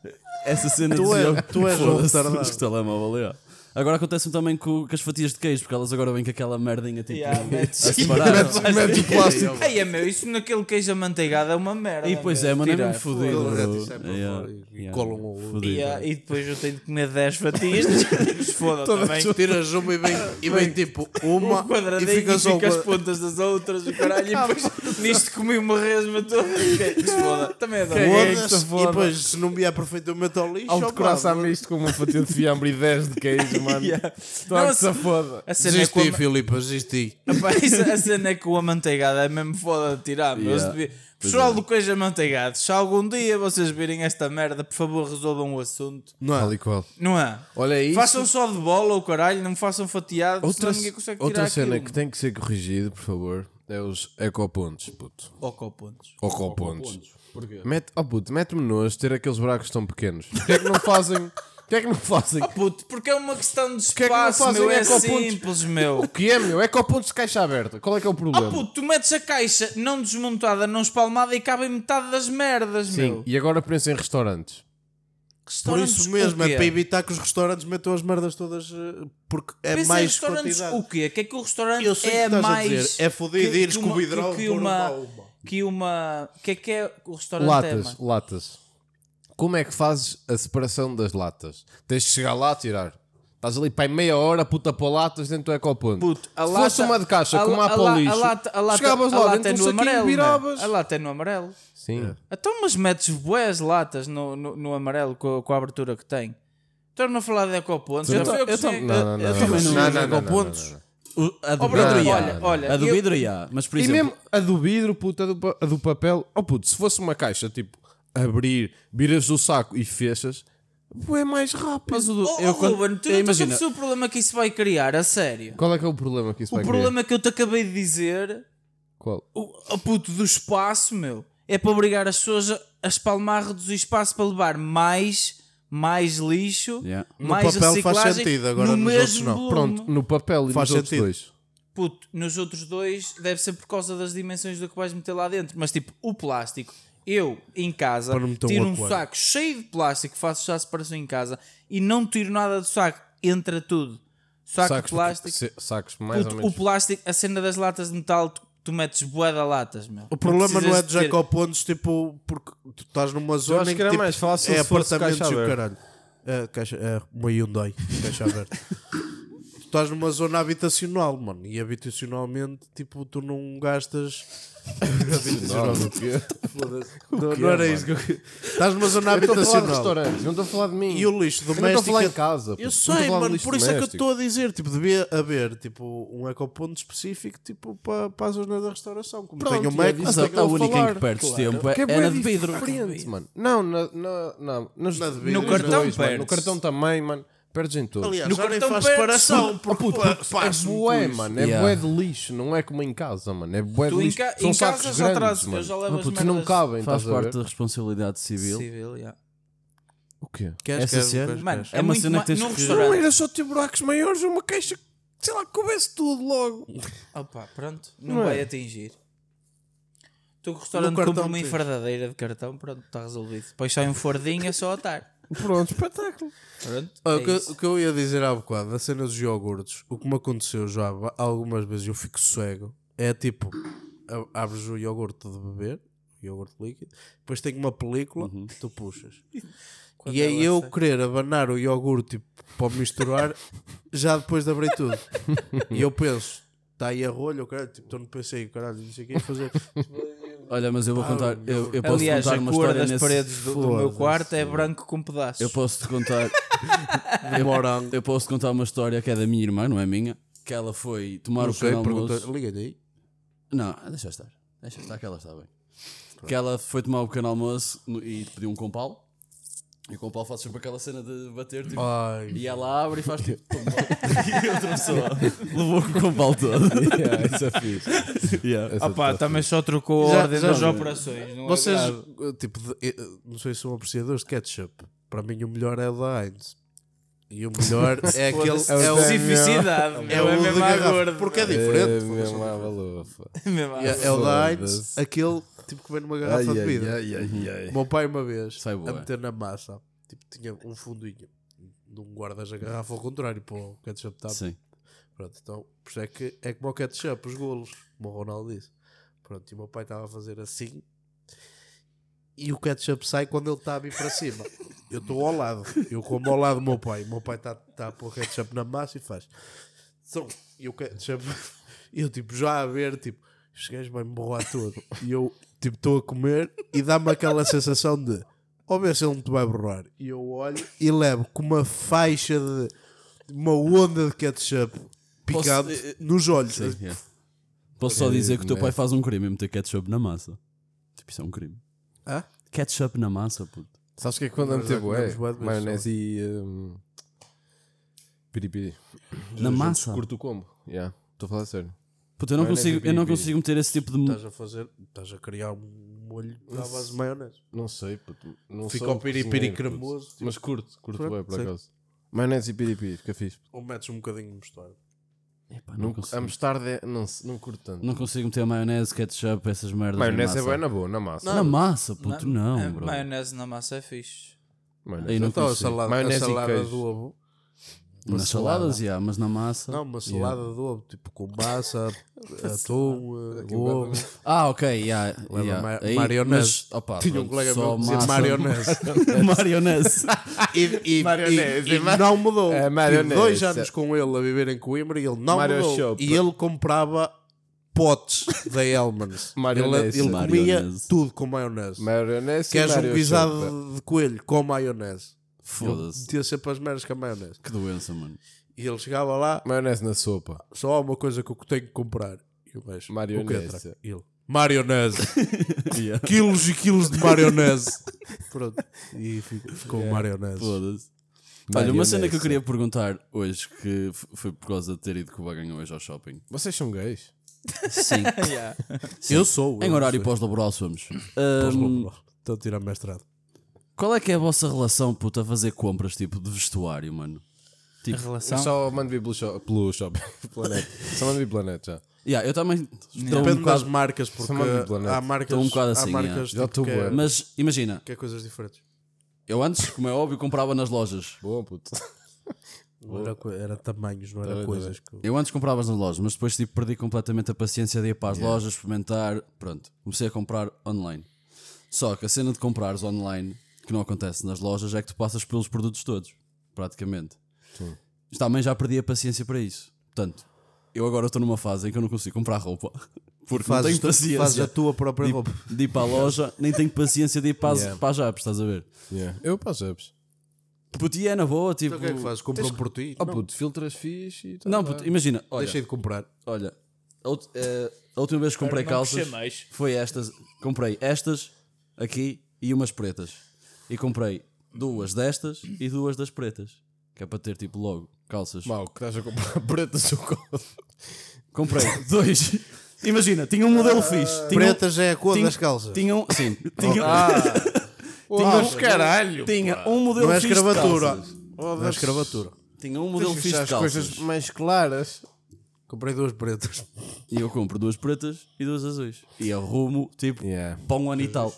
essa cena Tu de és- iogurte- tu és um Foda-se, retardado. este telemóvel ali, ó. Agora acontece-me também com, com as fatias de queijo, porque elas agora vêm com aquela merdinha tipo Yeah, a metes- separar. Metes- metes o plástico. Ei, é meu, isso naquele queijo amanteigado é uma merda. E pois meu, é, mano, é tirar. mesmo fodido. Ele bro. derrete isso é para Yeah, fora e yeah. colam ao outro. Fodido. E, ah, e depois eu tenho de comer dez fatias. Se foda também. Tiras uma e vem, e vem tipo uma Um quadradinho e fica e só fica as uma- pontas das outras, o caralho, e depois nisto comi uma resma toda. Que se foda, também é da Caguei. Foda-se, se foda. e depois se não vier perfeitamente ao lixo, Ao de ó, coração pá, misto com uma fatia de fiambre e dez de queijo, mano. Yeah. Estou Não, a a que se foda. A cena, é que o desisti, ama- Filipe, desisti. Epá, isso- a cena é que o amanteigado é mesmo foda de tirar. meu. Yeah. Eles deviam- Pessoal do queijo amanteigado, se algum dia vocês virem esta merda, por favor resolvam o assunto. Não é? Tal e qual. Não é? Olha isso. Façam só de bola ou caralho, não façam fatiado, Outra, senão ninguém consegue tirar outra cena aquilo. que tem que ser corrigido, por favor, é os ecopontos, puto. Ocopontos. Ocopontos. Porquê? Mete, oh puto, mete-me nojo ter aqueles buracos tão pequenos. Porquê é que não fazem? Porquê é que não fazem? Oh puto, porque é uma questão de que é que não espaço, fazem meu, é ecopontos? simples, meu. O que é, meu? Ecopontos de caixa aberta. Qual é que é o problema? Oh puto, tu metes a caixa não desmontada, não espalmada e cabe em metade das merdas, Sim, meu. e agora pensa em restaurantes. Por Restaurantes, isso mesmo, o quê? é para evitar que os restaurantes metam as merdas todas, eh, porque é Pensa em mais restaurantes, quantidade. o quê? Que é que o restaurante Eu sei o que é estás a mais... dizer, é fodido que- ires que com o uma- vidrão que pôr uma, uma a uma. que uma... que é que é o restaurante é, Latas, mano? latas. Como é que fazes a separação das latas? Tens de chegar lá a tirar. Estás ali para aí meia hora, puta para latas dentro do ecoponto. Puto, a Se lata, fosse uma de caixa a com la- uma a para o la- lixo, a lata, a lata, chegavas a lá lata dentro é do no saquinho e amarelo, viravas. né? A lata é no amarelo. Sim. Então, mas metes bués latas no, no, no amarelo com, com a abertura que tem. Estás-me a falar de ecopontos? Eu Já ta- foi eu que eu tam- cheguei- Não, não, não. Eu também não- não, não, não, ecopontos. não, não. O- A do Oh, vidro Bruno, ia. olha, olha, A do eu- vidro ia. Mas, por E exemplo, mesmo a do vidro, puto, a do, pa- a do papel. Oh puto, se fosse uma caixa, tipo, abrir, viras o saco e fechas, é mais rápido. mas o do, Oh, eu oh, quando- Ruben, tu eu não imagina, estás a perceber o problema que isso vai criar, a sério. Qual é que é o problema que isso O vai problema que eu te acabei de dizer, criar? Qual? o, a puto do espaço, meu, é para obrigar as pessoas a, a espalmar, reduzir espaço para levar mais, mais lixo, Yeah. No mais papel faz reciclagem sentido, agora no nos mesmo outros não. volume. Pronto, no papel e Faz nos outros sentido. dois. Puto, nos outros dois deve ser por causa das dimensões do que vais meter lá dentro. Mas tipo, o plástico, eu em casa Para não meter um tiro um aquário. saco cheio de plástico, faço já a separação em casa e não tiro nada do saco, entra tudo. Saco Sacos, de plástico. se- sacos mais Puto, ou o menos. plástico, a cena das latas de metal, tu, tu metes bué de latas, meu. O problema não é precisas dos ter- ecopontos, tipo, porque tu estás numa zona acho em que era tipo, mais fácil é se fosse apartamentos caixa e o aberta. caralho. É, caixa, é uma Hyundai, caixa aberta. Tu estás numa zona habitacional, mano, e habitacionalmente, tipo, tu não gastas. habitacionalmente. Foda-se. Não, não era isso que eu. Estás numa zona Eu estou a falar de habitacional. restaurantes, não estou a falar de mim. E o lixo Eu não estou a falar em doméstico. casa. Eu puto. Não estou a sei, falar de mano, lixo por isso é que eu doméstico. estou a dizer, tipo, devia haver tipo, um ecoponto específico tipo, para, para a zona da restauração. Como Pronto, tem o e é Mac, disso mas que a, eu a estou a única em falar. que perdes Claro. tempo é, Que é é na bué de vidro. diferente, mano. Não, na, na, na, nos, Na de vidro. nos No cartão dois, mano. No perdes. cartão também, mano. Perdes em todos. aliás, No já nem cartão faz perdes, separação, Oh, porque puto, pa- é faz-me bué, com isso. mano. É Yeah. bué de lixo. Não é como em casa, mano. É bué de Tu em, lixo. ca São em sacos casa já grandes, trazes, eu mano. já levo Ah, as puto, Que não merdas cabem, Faz estás a parte ver? da responsabilidade civil. civil, yeah. O quê? Queres, Essa queres, cena? queres, Mano, queres. é, É uma muito cena ma- que tens num que- restaurante. Não era só ter buracos maiores, uma caixa, sei lá, que coubesse tudo logo. Opa, pronto, não, Não é? vai atingir. Tu com o restaurante cartão compra uma tens. enfardadeira de cartão, pronto, está resolvido. Depois sai um fordinho, é só atar. Pronto, espetáculo. Pronto, Ah, é o, que, isso. o que eu ia dizer há bocado, a cena dos iogurtes, o que me aconteceu já va- algumas vezes, eu fico cego, é tipo, a- abres o iogurte de beber, o iogurte líquido, depois tem uma película, tu puxas. Quando e é ela eu sai. querer abanar o iogurte tipo, para misturar já depois de abrir tudo. E eu penso, está aí a rolha, o caralho, tipo, estou no P C, o caralho, não sei o que fazer. Olha, mas eu vou Ah, contar. Eu, eu posso Aliás, contar a uma cor história das nesse. paredes do, do meu Foda-se. quarto é branco com pedaços. Eu posso te contar. Morango. Eu posso te contar uma história que é da minha irmã, não é minha. Que ela foi tomar Não o sei, pequeno pergunta, almoço. liga-lhe aí. Não, deixa estar. Deixa estar que ela está bem. Que ela foi tomar o pequeno almoço no- e pediu um compal. E o compal faz sempre aquela cena de bater tipo, Ai, e ela abre e faz tipo compal. E outra pessoa levou com o compal todo. Yeah, isso é fixe. Yeah. Essa Opa, tá também só trocou a Já- ordem já das vi. operações. Não é vocês, grave. uh, tipo, de- eh, não sei se são apreciadores de ketchup. Para mim, o melhor é o da Heinz. E o melhor é aquele. Foda-se, É o, especificidade, é meu, o é de mesmo à garrafa, gordo. porque é É diferente. mesmo à balofa. Mesmo à É, gordo. é o da Heinz, Foda-se. aquele tipo que vem numa garrafa de vidro. ai, ai, ai. O meu pai, uma vez, Sai a bué. meter na massa, tipo, tinha um fundinho. Não guardas a garrafa ao contrário, para o ketchup está. Sim. Pronto, então, por isso é que é como o ketchup, os golos, como o Ronaldo disse. Pronto, e o meu pai estava a fazer assim. E o ketchup sai quando ele está a vir para cima. Eu estou ao lado. Eu como ao lado do meu pai. O meu pai está tá a pôr o ketchup na massa e faz. Então, e o ketchup. Eu tipo já a ver, tipo, este gajo vai-me borrar tudo. E eu tipo estou a comer e dá-me aquela sensação de ou ver se ele não te vai borrar. E eu olho e levo com uma faixa de uma onda de ketchup picado Posso- eh, nos olhos. Sim, yeah. Posso só dizer que o teu pai faz um crime em meter ketchup na massa. Tipo, isso é um crime. Hã? Ketchup na massa, puto. Sabes o que é que quando Nós me teve já comemos é? bué de vezes Maionese e um, piripiri. Na massa? Curto o combo. Yeah. Estou a falar sério. Puto, eu não, Maionese consigo, e eu não piripiri. consigo meter esse tipo de. Estás a fazer, estás a criar um molho à base de maionese. Não sei, puto. Não Fica sou o piripiri cozinheiro, puto. cremoso, tipo. Mas curto, curto Pronto, bem por sei. acaso. Maionese e piripiri, fica fixe. Ou metes um bocadinho de mostarda. Epá, não, Não, a consigo. mostarda é, não, se- não curto tanto. Não consigo meter maionese, ketchup, essas merdas. Maionese em é massa. bem na boa, na massa. Na massa, puto, não, a bro. maionese na massa é fixe. Maionese. Aí não Então a consigo. salada, a Maionese e salada queijo. do ovo. Nas saladas, já, mas na massa. Não, uma salada de ovo, tipo com massa, atum, eh, ovo. Ah, ok, yeah, Leva yeah. ma- Aí, maionese. mas, opa, Tinha um pronto, colega só meu que dizia massa- maionese. Maionese. E, e, Maionese, e, e ma- não mudou. É, Tive maionese. dois anos com ele a viver em Coimbra e ele não Mario mudou. Shop. E ele comprava potes da Hellmann's. Ele, Maionese. ele comia Maionese. tudo com maionese. Maionese e Queres um Mario guisado Shop. de coelho com maionese? Foda-se. Metia sempre as merdas com a maionese. Que doença, mano. E ele chegava lá, Maionese na sopa. só há uma coisa que eu tenho que comprar. E o gajo, Maionese. o que é, Traca? Ele, maionese. Yeah. Quilos e quilos de maionese. Pronto. E ficou, ficou maionese. Foda-se. Olha, uma cena que eu Maionese. queria perguntar hoje, que f- foi por causa de ter ido com o Baganho hoje ao shopping. Vocês são gays? Sim. Yeah. Eu sou. Em eu horário sou. pós-laboral somos. Pós- Ahm, Estou a tirar mestrado. qual é que é a vossa relação, puta, a fazer compras, tipo, de vestuário, mano? A Tipo, Eu relação. só mando vir pelo, shop, pelo shopping. pela net. Só mando vir pela net já. yeah, eu também estou um Depende das bocado... marcas, porque Só mando planeta. há marcas, Estou um bocado assim, há marcas Já tipo, estou que, bué. é, Mas, imagina, que é coisas diferentes. eu antes, como é óbvio, comprava nas lojas. Boa, puto. Não era, co- era tamanhos, não era Tá bem, coisas. Que... Eu antes comprava nas lojas, mas depois tipo, perdi completamente a paciência de ir para as lojas, experimentar. Pronto, comecei a comprar online. Só que a cena de comprares online, que não acontece nas lojas, é que tu passas pelos produtos todos, praticamente. Sim. Mas também já perdi a paciência para isso. Portanto, eu agora estou numa fase em que eu não consigo comprar roupa. Porque Fazes, não tenho tu- paciência fazes a tua própria de, roupa. de ir para a loja, nem tenho paciência de ir para, as, Yeah. para as apps, estás a ver? Yeah. Eu passo apps. Puto, e é na boa, tipo. Então o que é que fazes? Compram por ti? Oh não, puto, filtras fixe e tá Não, bem. puto, imagina, olha, deixei de comprar. olha, a, ult- eh, a última vez que comprei Espero não calças crescer mais. foi estas. Comprei estas aqui e umas pretas. E comprei duas destas e duas das pretas. Que é para ter tipo logo calças. Mal, que estás a comprar pretas ou coisa. Comprei dois. Imagina, tinha um modelo fixe. Tinha um- Preta já é a cor tinha- das calças. Tinha um. Sim, tinha, Mas caralho! tinha um modelo Não é fixe de escravatura. calças. Não é escravatura. Tinha um modelo fixe de as calças. coisas mais claras. Comprei duas pretas. E eu compro duas pretas e duas azuis. E arrumo tipo Yeah. para um ano e tal.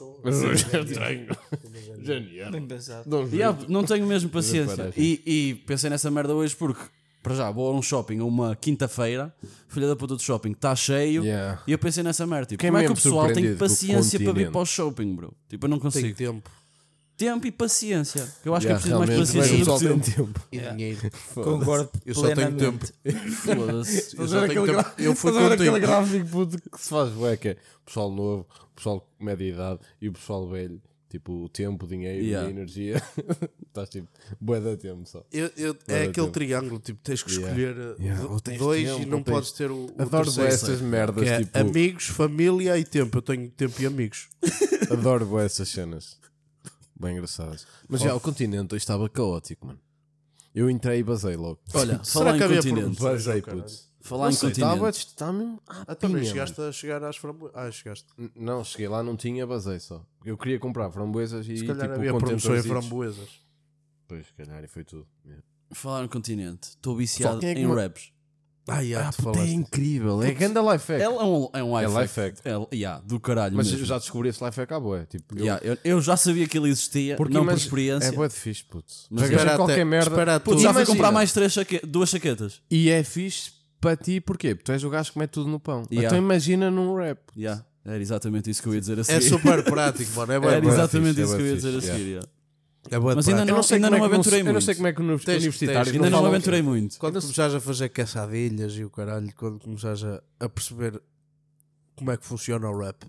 Genial. Bem pensado. E, ah, não tenho mesmo paciência. Parece. E, e pensei nessa merda hoje porque, para já, vou a um shopping a uma quinta-feira, filha da puta do shopping está cheio. Yeah. E eu pensei nessa merda. Tipo, Fiquei como é que o mesmo pessoal tem surpreendido com o paciência para vir continente. para o shopping, bro? Tipo, eu não consigo. Tenho tempo Tempo e paciência. Eu acho Yeah, que é preciso mais realmente, paciência mas o do pessoal que tem tempo. tempo. e dinheiro. Concordo. Eu só tenho plenamente. tempo. Foda-se. Eu só tenho tempo. Eu fui Estás a ver contigo. aquele gráfico puto, que se faz bué, que é pessoal novo, pessoal de média idade e o pessoal velho. Tipo, o tempo, o dinheiro Yeah. e a energia. Estás tipo, bué da tempo só. Eu- eu- Olha, é aquele tempo. triângulo, tipo, tens que Yeah. escolher uh, Yeah. do- Ou tens dois tempo, e não ou tens- podes ter o, o Adoro bué terceiro. essas merdas, Que é tipo, amigos, família e tempo. Eu tenho tempo e amigos. adoro bué essas cenas. Bem engraçadas. Mas já, o continente hoje estava caótico, mano. Eu entrei e basei logo. Olha, Será falar que em havia continente. promoções? Basei, Caralho. puto. Falar Não em sei, continente. estava está mesmo à Ah, também pinha, chegaste mano. a chegar às framboesas. Ah, chegaste. N- Não, cheguei lá, não tinha, basei só. Eu queria comprar framboesas e Se calhar tipo havia promoção em contentorzitos. framboesas. Pois, se calhar, e foi tudo. Yeah. Falar em continente. Estou viciado quem é que em não- raps. Ah, já, Ah, tu puta, é falaste. incrível. É grande life hack. É um, é um life É life hack. É, yeah, do caralho Mas mesmo. eu já descobri esse life hack à boa. Tipo, eu- Yeah, eu, eu já sabia que ele existia, porque não por imagina- experiência. É boa de fixe, puto. Mas Já espera gasta qualquer até- merda. espera Puto, Puto, já fui imagina. comprar mais três chaque... duas chaquetas. E é fixe para ti, porquê? Porque tu és o gajo que mete tudo no pão. Yeah. Então imagina num rap. Yeah, era exatamente isso que eu ia dizer a É seguir. super prático, mano. É bué Era bué exatamente fixe, é isso que eu bué ia dizer a fixe, seguir. yeah. É bué Mas ainda prático. não- Eu não sei ainda como não é que aventurei Eu não muito. sei como é que os Tens- universitários tens- Ainda não falam. aventurei muito. Quando começares a fazer caçadilhas e o caralho, quando começares a, a perceber como é que funciona o rap,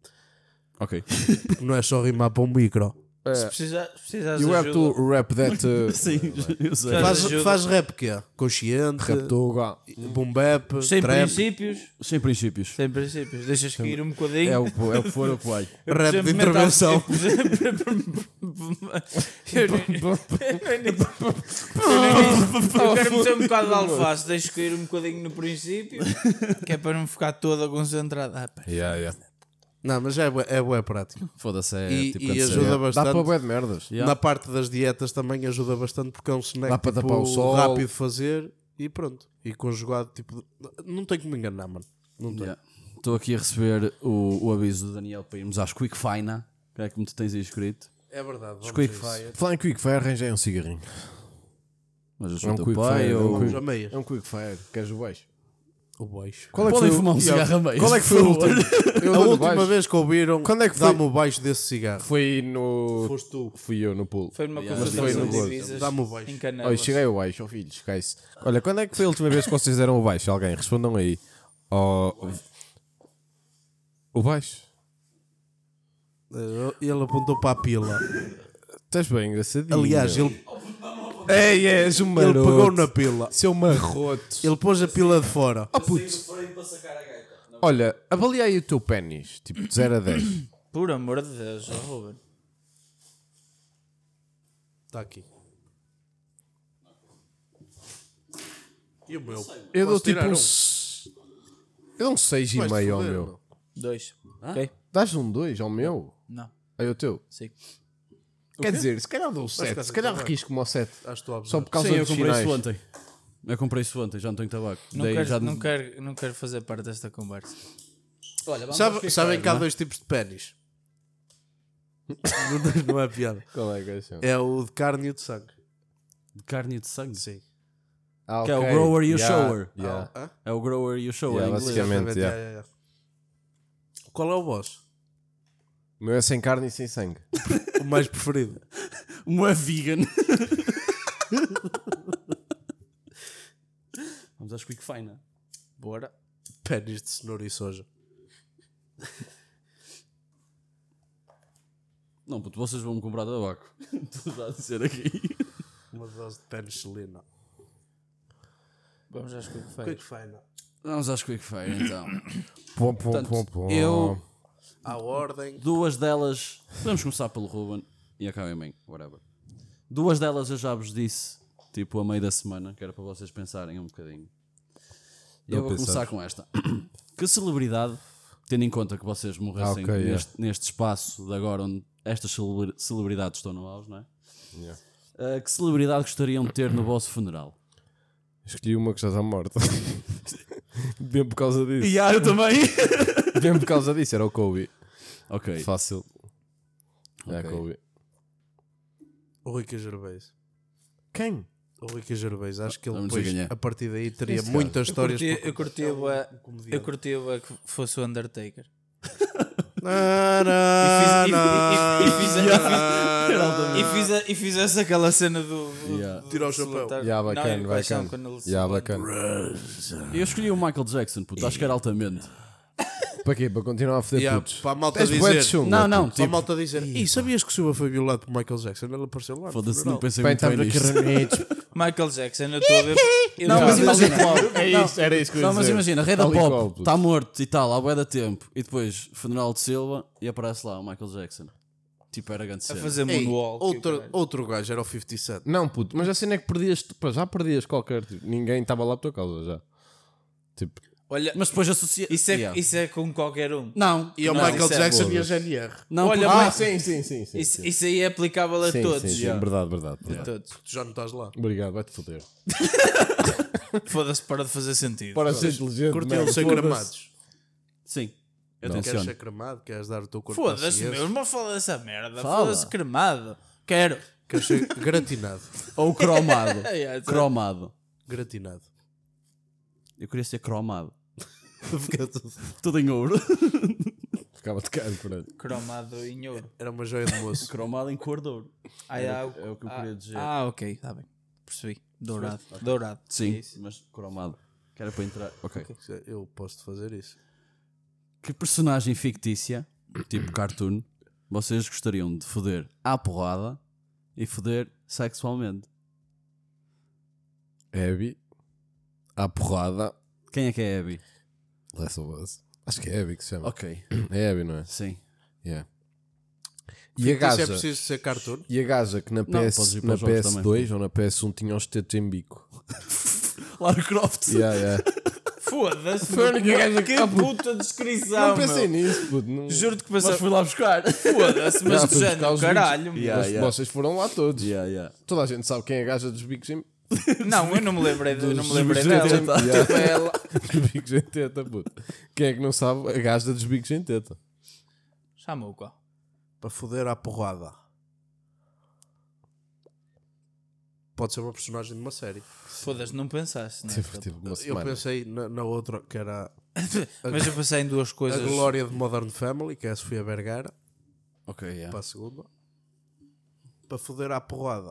Ok. porque não é só rimar para um micro. Se precisar- se precisares You de have to ajuda, rap that. Uh, Sim, eu sei. Faz- Faz, ajuda. faz rap que é? Consciente, rap toga. boom bap, sem trap, princípios, Sem princípios. sem princípios, deixas cair um bocadinho. É o, que- é o que for, é o que vai. Eu, por rap de exemplo, meto intervenção. al- eu, por exemplo, eu nem- eu quero meter um bocado de alface, deixo cair um bocadinho no princípio, que é para não ficar toda concentrada. Ah, pá. Yeah, yeah. Não, mas é bué, é bué prático. Foda-se, é E- tipo e quando ajuda se- bastante. Dá para bué de merdas. Yeah. Na parte das dietas também ajuda bastante porque é um snack Dá para tipo, tapar o sol. rápido de fazer e pronto. E conjugado, tipo, não tenho que me enganar, mano. Não tenho. Yeah. Estou aqui a receber o, o aviso do Daniel para irmos às Quick Fina. Que é como tu tens aí escrito. É verdade. vamos Quick a isso. Fire. Falar em Quick Fire, arranjei um cigarrinho. Mas É ajuda um o teu Quick pai Fire. É um ou... quick- Já meias. É um Quick Fire. Queres o baixo? O baixo. Qual é que Podem foi o- fumar um Yeah. cigarro a meio. Qual é que foi o último? Eu A dou-lhe última baixo. vez que ouviram, Quando é que foi? dá-me o baixo desse cigarro. Foi no. Foste tu. Fui eu no pulo. Foi numa Yeah. concentração Mas foi no de gozo. divisas Dá-me o baixo. em Canelas. Olha, cheguei ao baixo, oh filho, esquece. Olha, quando é que foi a última vez que vocês deram o baixo? Alguém, respondam aí. Oh, o baixo? Eh, Ele apontou para a pila. Estás bem engraçadinho. Aliás, meu. ele, Ei, és um ele maroto. pegou na pila. Seu marroto. Ele pôs a pila de fora. Oh, puto. Olha, avalia aí o teu pênis. Tipo, de zero a dez. Por amor de Deus, oh, Ruben. Está aqui. E o meu? Eu dou Posso tipo tirar um... um? s- Eu dou um seis e Vais-te meio ao foder, meu. meu. Dois. Ok? Dás um dois ao meu? Não. Aí o teu? Sim. Quer dizer, se calhar dou um sete. ficar Se sem calhar tabaco. risco-me ao sete. Acho que estou a Só abusar. por causa Sim, eu dos comprei sinais. isso ontem. Eu comprei isso ontem, já não tenho tabaco. Não, Dei quero, já... não, quero, não quero fazer parte desta conversa. Olha, vamos Sabe, sabem que há não é? dois tipos de pênis? Não- Não é piada. Qual é que é isso? É o de carne e o de sangue. De carne e de sangue. Sim. Ah, Que é o ok. grower e o Yeah, shower. yeah. Hã? É o grower e o shower Yeah, em inglês. basicamente. Exatamente, yeah. yeah, yeah, yeah. Qual é o vosso? O meu é sem carne e sem sangue. O mais preferido? O meu é vegan. Vamos às quick fine. Bora. Pênis de cenoura e soja. Não, puto, vocês vão-me comprar tabaco. Estou já a dizer aqui. Uma dose de penicilina. Vamos às quick O que é fires. que faz, não? Vamos às quick fire então. Pom, pom, Portanto, pom, pom. eu- À ordem. Duas delas. Podemos começar pelo Ruben e acabem bem, whatever. Duas delas eu já vos disse, tipo a meio da semana, que era para vocês pensarem um bocadinho. E eu Não vou começar pensamos. com esta. Que celebridade, tendo em conta que vocês morressem Ah, ok, neste, neste espaço de agora onde estas celebri- celebridades estão no auge, não é? Yeah. Uh, que celebridade gostariam de ter no vosso funeral? Escolhi uma que já está morta. Bem por causa disso. E ah, eu também! Bem por causa disso, era o Kobe. Ok. Fácil. É, Ok. Kobe. O Ricky Gervais. Quem? O Ricky Gervais. Acho que ele Não sei depois, quem é. a partir daí, teria Esse muitas Eu histórias. curtia, para eu curtia, contar. bué- Um comediante. eu curtia bué que fosse o Undertaker. Na, E fiz- e- na, e- e fiz- e na, fiz- na. E, fiz a- e fizesse aquela cena do. do Yeah. do- Tirar o do chapéu. solitário. Yeah, Não, bacana, em Paixão, bacana. quando ele se Yeah, levanta. bacana. Eu escolhi o Michael Jackson, puto. Acho que era altamente. Para quê? Para continuar a foder Yeah, putos. para a malta És bué de dizer. chunga, Não, não, puto. Para a tipo, malta dizer. E sabias que o Silva foi violado por Michael Jackson? Ele apareceu lá. no foda-se, funeral. não pensei Bem, muito bem estamos aqui nisto. reunidos. Michael Jackson, eu estou a ver. eu Não, não- mas imagina. É Não, isso, era isso que eu ia Não, mas dizer. imagina, Rei da Tal e qual, Pop puto. está morto e tal, há bué da tempo. E depois, funeral de Silva e aparece lá o Michael Jackson. Tipo, era grande A cena. fazer Ei, moonwalk. outro, outro gajo era o fifty Cent. Não, puto, mas a cena é que perdias, pá, já perdias qualquer. Tipo, ninguém estava lá por tua causa já. Tipo, Olha, Mas depois associa. isso é, Yeah. isso é com qualquer um. Não, E o Não, Michael isso é Jackson e a boas. G N R. não, Olha, porque- mas- ah, sim, sim, sim. sim, Isso, sim. isso aí é aplicável a Sim, todos. sim, sim, já. verdade, verdade. A verdade. todos. Tu já não estás lá. Obrigado, vai-te foder. Foda-se, para de fazer sentido. Para ser inteligente, Curtiam man, ser foda-se. cremados. Sim, Queres atenção. ser cremado? Queres dar o teu corpo à Foda-se ciência? mesmo, fala dessa merda. Fala. Foda-se cremado. Quero. Queres ser gratinado? Ou cromado. É, é, Cromado. Gratinado. Eu queria ser cromado. Fica tudo- Tudo em ouro. Ficava de cara, por aí. Cromado em ouro. Era uma joia de moço. Cromado em cor de ouro. Ah, Era é, o que- é o que eu ah, queria dizer. Ah, ok, está bem. Percebi. Dourado. Dourado. Sim, É isso. mas cromado. Que era para entrar. Ok. Eu posso fazer isso. Que personagem fictícia, tipo cartoon, vocês gostariam de foder à porrada e foder sexualmente? Abby. À porrada. Quem é que é Abby? Last of Us. Acho que é Abby que se chama. Ok, É Abby, não é? sim. Yeah. E a Isso é gaja. preciso ser cartoon? E a gaja que na, Não, PS, podes ir para na os jogos P S dois também. ou na P S um tinha os tetos em bico. Lara Croft. Yeah, yeah. Foda-se. Foi a única gaja que- Que puta descrição, Não pensei meu. nisso, puto. Não... Juro-te que Mas pensei. fui lá buscar. Foda-se, mas Já, de fui buscar género, os caralho. bicos. meu. Yeah, Mas yeah. vocês foram lá todos. Yeah, yeah. Toda a gente sabe quem é a gaja dos bicos em Não, eu não me lembrei, de, não me dos lembrei bicos em dela. teta. Yeah. Tipo, é ela. Dos bicos em teta, puto. Quem é que não sabe a gaja dos bicos em teta? Chamou qual? Para foder à porrada. Pode ser uma personagem de uma série. Foda-se, não pensaste, né? Tipo, tipo uma Eu semana. pensei na, na outra, que era Mas eu pensei em duas a coisas. Glória de Modern Family, que é a Sofia Vergara, Ok, yeah. para a segunda. Para foder à porrada.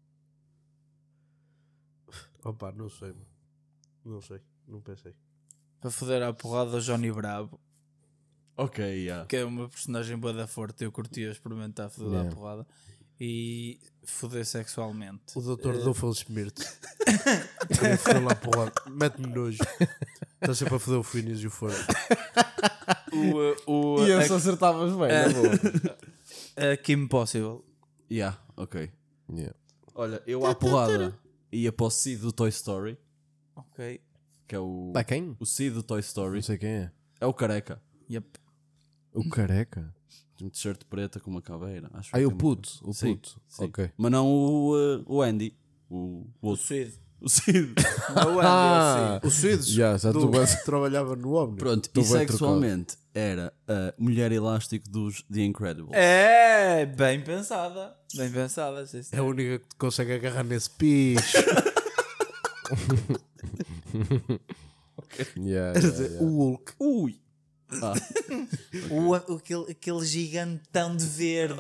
Opa, não sei. Mano. Não sei, não pensei. Para foder à porrada o Johnny Bravo, Ok, yeah. que é uma personagem boa da forte. Eu curtia experimentar foder Yeah. à porrada. e foder sexualmente. O doutor uh... Doofenshmirtz. Queria foder lá para o lado. Mete-me nojo. Está sempre a foder o Phineas e o Ferb. O, o, E eu a, só acertavas bem, a, na boa. a Kim Possible. Yeah, ok. Yeah. Olha, eu à porrada ia para o Sid do Toy Story, Ok. que é o, Dá quem? o Sid do Toy Story. Não sei quem é. É o careca. Yep. O careca? Um t-shirt preta com uma caveira. Acho Ah, que o é puto. muito- O Sim, puto. sim. Ok. Mas não o, uh, o Andy. O, o O outro. Swede. O Sid. Não o Andy, Ah, O Suídes, Já, já do, tu vais- que trabalhava no Omni. Pronto, Estou e bem sexualmente era a mulher elástico dos The Incredibles. É, bem pensada. Bem pensada. Sim, sim. É a única que te consegue agarrar nesse picho. Yeah, Quer yeah, dizer, yeah. o Hulk. Ui! Ah, O, aquele, aquele gigantão de verde.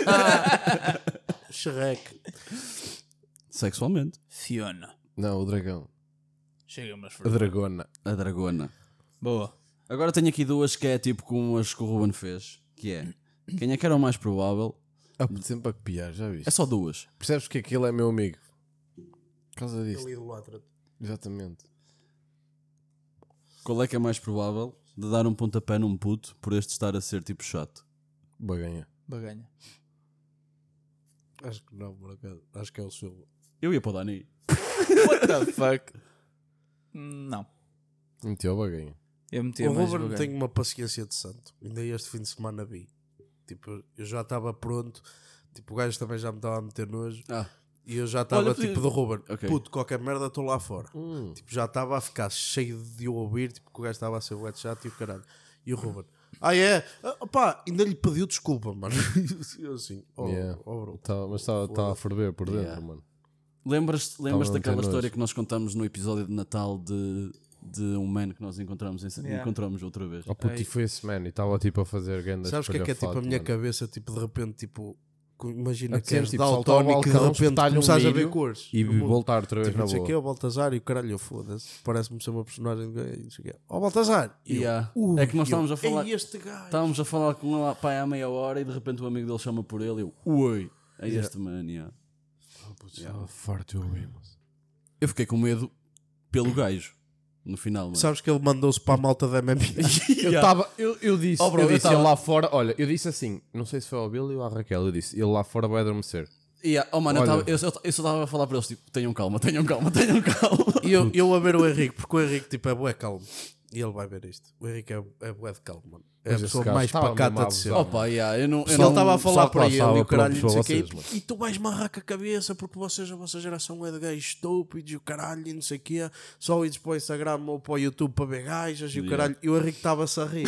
Shrek. sexualmente. Fiona. Não, o dragão. Chega-me as A flores. dragona. A dragona. Boa. Agora tenho aqui duas que é tipo como as que o Ruben fez. Que é, quem é que era o mais provável? Ah, sempre a copiar, já viste? É só duas. Percebes que aquilo é meu amigo? Por causa disso. Ele idolatra-te. Exatamente. Qual é que é mais provável de dar um pontapé num puto por este estar a ser tipo chato? Baganha. Baganha. Acho que não, por acaso. Acho que é o Silva. Eu ia para o Dani. What the fuck? Não. Meteu a baganha. Eu meti O a mais Ruben baganha. tem uma paciência de santo. Ainda este fim de semana vi. Tipo, eu já estava pronto. Tipo, o gajo também já me estava a meter nojo. Ah, E eu já estava Olha, tipo podia- do Ruben. Ok. Puto, qualquer merda estou lá fora. Hum. Tipo, já estava a ficar cheio de eu ouvir. Tipo, que o gajo estava a ser bué de chato e o caralho. E o Ruben. Ah, é? Ah, opá, ainda lhe pediu desculpa, mano. E eu assim, oh, Yeah. oh bro. Tá, mas estava a ferver por dentro, Yeah. mano. lembras-te lembras Tava a daquela meter história nojo. que nós contamos no episódio de Natal de, de um man que nós encontramos, em, Yeah. encontramos outra vez? Oh, puto, Ei. e foi esse man. E estava tipo a fazer grandes Sabes o que é que é tipo a espalhafato, minha mano. cabeça? Tipo, de repente, tipo, co- imagina A que és dizer, tipo, saltar ao daltónico e de balcão, repente espetar-lhe um começares a ver milho cores. E no mundo. voltar outra vez Tipo, na não sei o boa. que é o Baltazar e o caralho, eu foda-se. Parece-me ser uma personagem de não sei o quê. Ó Baltazar! E eu, Yeah. "Ui", É que nós e eu, estávamos a falar- "Ei, este gajo. Estávamos a falar com ele pai há meia hora e de repente o amigo dele chama por ele e eu, ui, é Yeah. este man, yeah. Estava farto de ouvir, mas- Eu fiquei com medo pelo gajo no final, mano. Sabes que ele mandou-se para a malta da M M A. Eu, tava, eu, eu disse, Oh, bro, eu eu disse tava- ele lá fora, olha, eu disse assim, não sei se foi ao Billy ou à Raquel, eu disse, ele lá fora vai adormecer. Yeah. Oh, mano, eu, Olha. tava, eu, só- eu só estava a falar para eles, tipo, tenham calma, tenham calma, tenham calma. E eu, eu a ver o Henrique, porque o Henrique tipo, é bué calmo. E ele vai ver isto. O Henrique é, é bué de calmo, mano. É Mas a esse pessoa gajo mais estava pacata mesmo a de sempre. abusar. Opa, yeah, eu não. Eu Ele não estava a falar só para ele passava e o caralho, para não sei o quê. vocês, mano. E tu vais marrar com a cabeça porque vocês, a vossa geração é de gajos estúpidos e o caralho e não sei o quê. Só ides para o Instagram ou para o YouTube para ver gajas e o Yeah. caralho. E o Henrique estava-se a rir.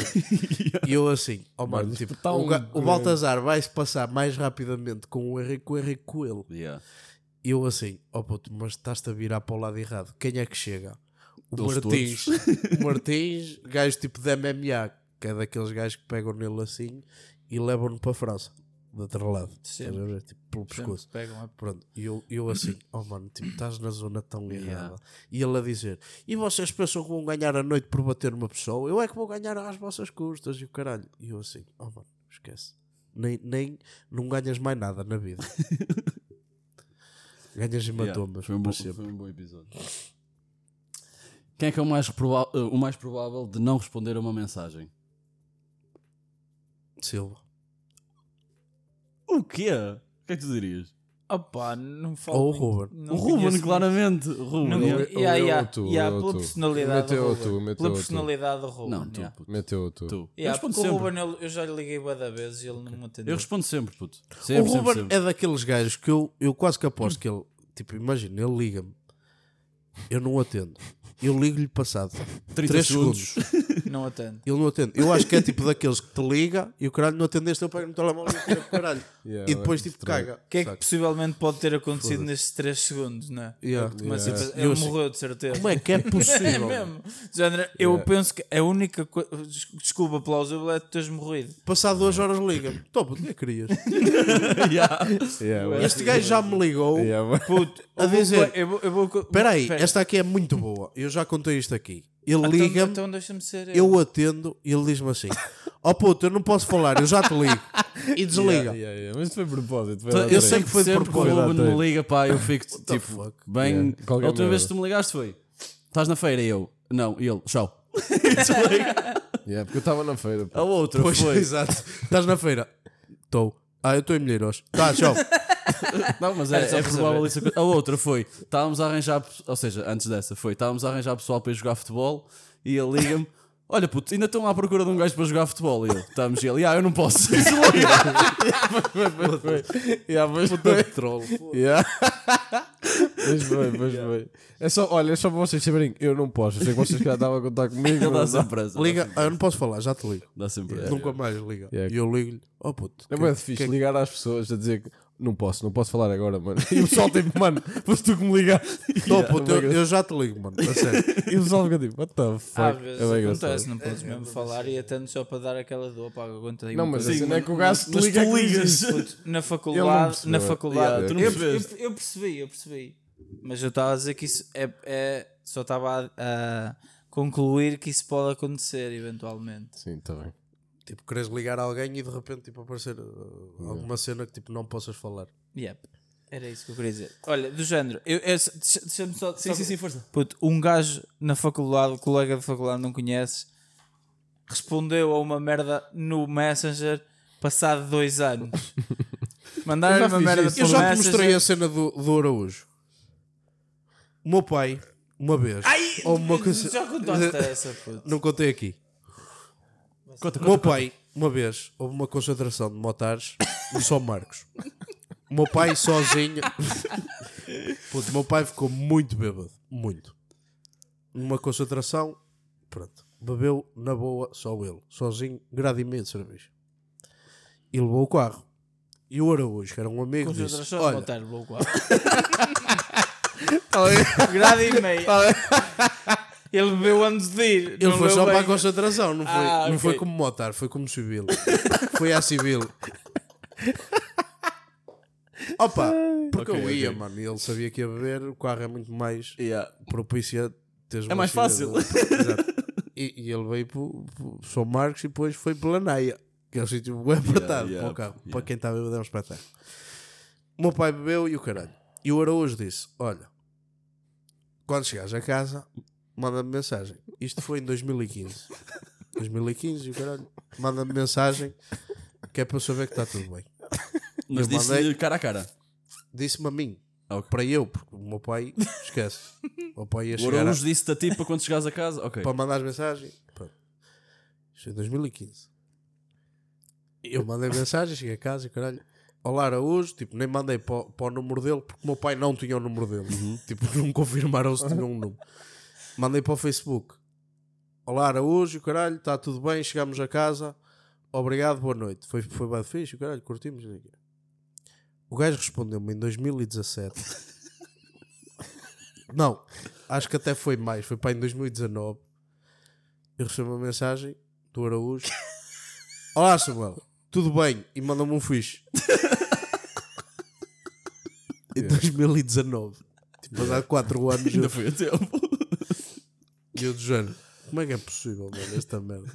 E eu assim, oh mano, Mano, tipo, tá o, um ga- o grande- Baltazar vai-se passar mais rapidamente com o Henrique que o Henrique com ele. Yeah. E eu assim, oh puto, mas estás-te a virar para o lado errado. Quem é que chega? O Eles Martins. O Martins, gajo tipo de M M A, que é daqueles gajos que pegam nele assim e levam-no para a França. Do outro lado. Sempre. Estás a ver? Tipo, pelo pescoço. Sempre pegam a... Pronto, e eu, eu assim, oh mano, tipo, estás na zona tão errada. Yeah. E ele a dizer, e vocês pensam que vão ganhar a noite por bater uma pessoa? Eu é que vou ganhar às vossas custas e o caralho. E eu assim, oh mano, esquece. Nem, nem não ganhas mais nada na vida. Ganhas hematomas. Yeah, foi, um bom, para sempre. foi um bom episódio. Quem é que é o mais, proba- uh, o mais provável de não responder a uma mensagem? Silva. O quê? O que é que tu dirias? Opa, não falo. Ou o muito- Ruben. não O Ruben, conheço claramente. O muito. Ruben. Não, Ou conhe- eu- yeah, ou eu yeah, ou tu, yeah, ou eu pela tu. personalidade do Meteu Ruben. tu, meteu Pela tu. personalidade do Ruben. Não, tu, yeah. puto. Meteu tu. Tu. Eu Yeah, respondo porque o sempre. Ruben, ele- eu já lhe liguei bué da vez e ele não me atendeu. Eu respondo sempre, puto. O Sempre, sempre, Ruben sempre. é daqueles gajos que eu, eu quase que aposto que ele, tipo, imagina, ele liga-me, eu não atendo. Eu ligo-lhe passado trinta três segundos. segundos. Não atende. Ele não atende. Eu acho que é tipo daqueles que te liga e o caralho não atendeste, eu pego no telemóvel e tiro o caralho. Yeah, E depois é tipo estranho. caga. O que é que Saca? possivelmente pode ter acontecido Foda-se. nesses três segundos, não é? Yeah. Mas, Yeah. tipo, Eu ele assim, morreu de certeza. Como é que é É possível? mesmo. Género, eu Yeah. penso que a única co- des- desculpa plausível é tu teres morrido. Passado duas horas liga-me. Topa, o que é que querias? Yeah. Yeah, Este gajo já me ligou. yeah, mas- Puto, A eu vou- dizer, eu vou- eu vou- Espera aí, Espera. esta aqui é muito boa. Eu já contei isto aqui. Ele Então- liga-me, Então deixa-me ser. eu atendo e ele diz-me assim: oh puto, eu não posso falar, eu já te ligo. E desliga. Yeah, yeah, yeah. Mas foi de propósito. Foi Então, lá eu atrás. sei que foi de sempre que o propósito. Ruben me liga, pá, eu fico the tipo, fuck? bem. Yeah, A qualquer última vez merda. que tu me ligaste foi: estás na feira? E eu, não, e ele, tchau. Yeah, porque eu estava na feira. A outra Pois, foi. exato. Estás na feira? Estou. Ah, eu estou em Milheiros. Tá, tchau. Não, mas Era é, só é para provável isso acontecer. A outra foi: estávamos a arranjar, ou seja, antes dessa, foi: estávamos a arranjar pessoal para ir jogar futebol e ele liga-me. Olha puto, ainda estão à procura de um gajo para jogar futebol. E eu, estamos e ele, ah, eu não posso. Yeah, mas Puta foi. de troll. Yeah. Mas foi, mas foi. É só, olha, é só para vocês saberem, eu não posso. Eu sei que vocês já estavam a contar comigo. Ele dá mas não. sempre essa. Liga, ah, eu não posso falar, já te ligo. Dá sempre essa. Nunca mais liga. Yeah. E eu ligo-lhe, oh puto. É que- muito que- fixe ligar às pessoas a dizer que não posso, não posso falar agora, mano. E o pessoal tipo, mano, foste tu que me ligaste. Tô, puto, eu, eu já te ligo, mano. A sério. E o pessoal fica tipo, what the fuck? Às vezes é bem acontece, engraçado. não podes mesmo falar e atendo só para dar aquela dor, pá, aguenta aí Não, um mas bocadinho. assim não é que o gajo te mas liga tu que diz ligas. isso. Puto, na Ele não faculdade, percebeu. na faculdade, Yeah, tu não eu, percebeste. eu- eu percebi, eu percebi, mas eu estava a dizer que isso é, é só estava a, a concluir que isso pode acontecer eventualmente. Sim, está bem. Tipo, queres ligar a alguém e de repente tipo, aparecer uh, alguma cena que tipo, não possas falar. Yep. Era isso que eu queria dizer. Olha, do género, eu, eu, deixa- deixa-me só, Sim, só- sim, sim, força. Puto, um gajo na faculdade, colega de faculdade, não conheces, respondeu a uma merda no Messenger passado dois anos. Mandaram Eu já uma fiz merda isso. pelo Eu já te Messenger. mostrei a cena do, do Araújo. O meu pai, uma vez, Ai, ou uma coisa. já contaste essa, puto. Não contei aqui. Conta, O meu pai, uma vez, houve uma concentração de motares no São Marcos. O meu pai sozinho. Puto, o meu pai ficou muito bêbado. Muito. Numa concentração, pronto. Bebeu na boa, só ele. Sozinho, grado e meio de cerveja. E levou o carro. E o Araújo, que era um amigo, disse: Concentração de olha, motar, vou quase. Grado e meio. Ele bebeu antes de ir. ele não foi bebeu só para a bem. concentração, não foi, Ah, não foi ok. como motar, foi como civil. Foi à civil. Opa, porque Ok, eu ia, ok. mano, e ele sabia que ia beber, o carro é muito mais Yeah. propício a teres É um mais acidente. fácil. Exato. E, e ele veio para o São Marcos e depois foi pela Neia, que é um sítio bem apertado yeah, para o carro. yeah. Para quem está a beber é um espetáculo. O meu pai bebeu e o caralho. E o Araújo disse: olha, quando chegares a casa, manda-me mensagem. Isto foi em dois mil e quinze. dois mil e quinze e o caralho. Manda-me mensagem que é para eu saber que está tudo bem. Mas Eu disse mandei- cara a cara. Disse-me a mim. Ah, ok. Para eu, porque o meu pai, esquece. O meu pai ia O chegar a, Araújo disse-te a ti para quando chegares a casa. Ok. para mandar as mensagens. Pronto. Isto foi em dois mil e quinze. Eu mandei mensagem, cheguei a casa e caralho. Olá Araújo, tipo, nem mandei para, o- para o número dele porque o meu pai não tinha o número dele. Tipo, não confirmaram se tinha um número. Mandei para o Facebook. Olá Araújo, caralho, está tudo bem, chegamos a casa. Obrigado, boa noite. Foi, foi bem fixe, caralho, curtimos. O gajo respondeu-me em dois mil e dezassete. Não, acho que até foi mais, foi para em dois mil e dezanove. Eu recebi uma mensagem do Araújo. Olá Samuel, tudo bem? E mandou-me um fixe. Em dois mil e dezanove. Tipo, há quatro anos. Ainda Eu, foi a tempo. e eu do género, como é que é possível, mano, esta merda?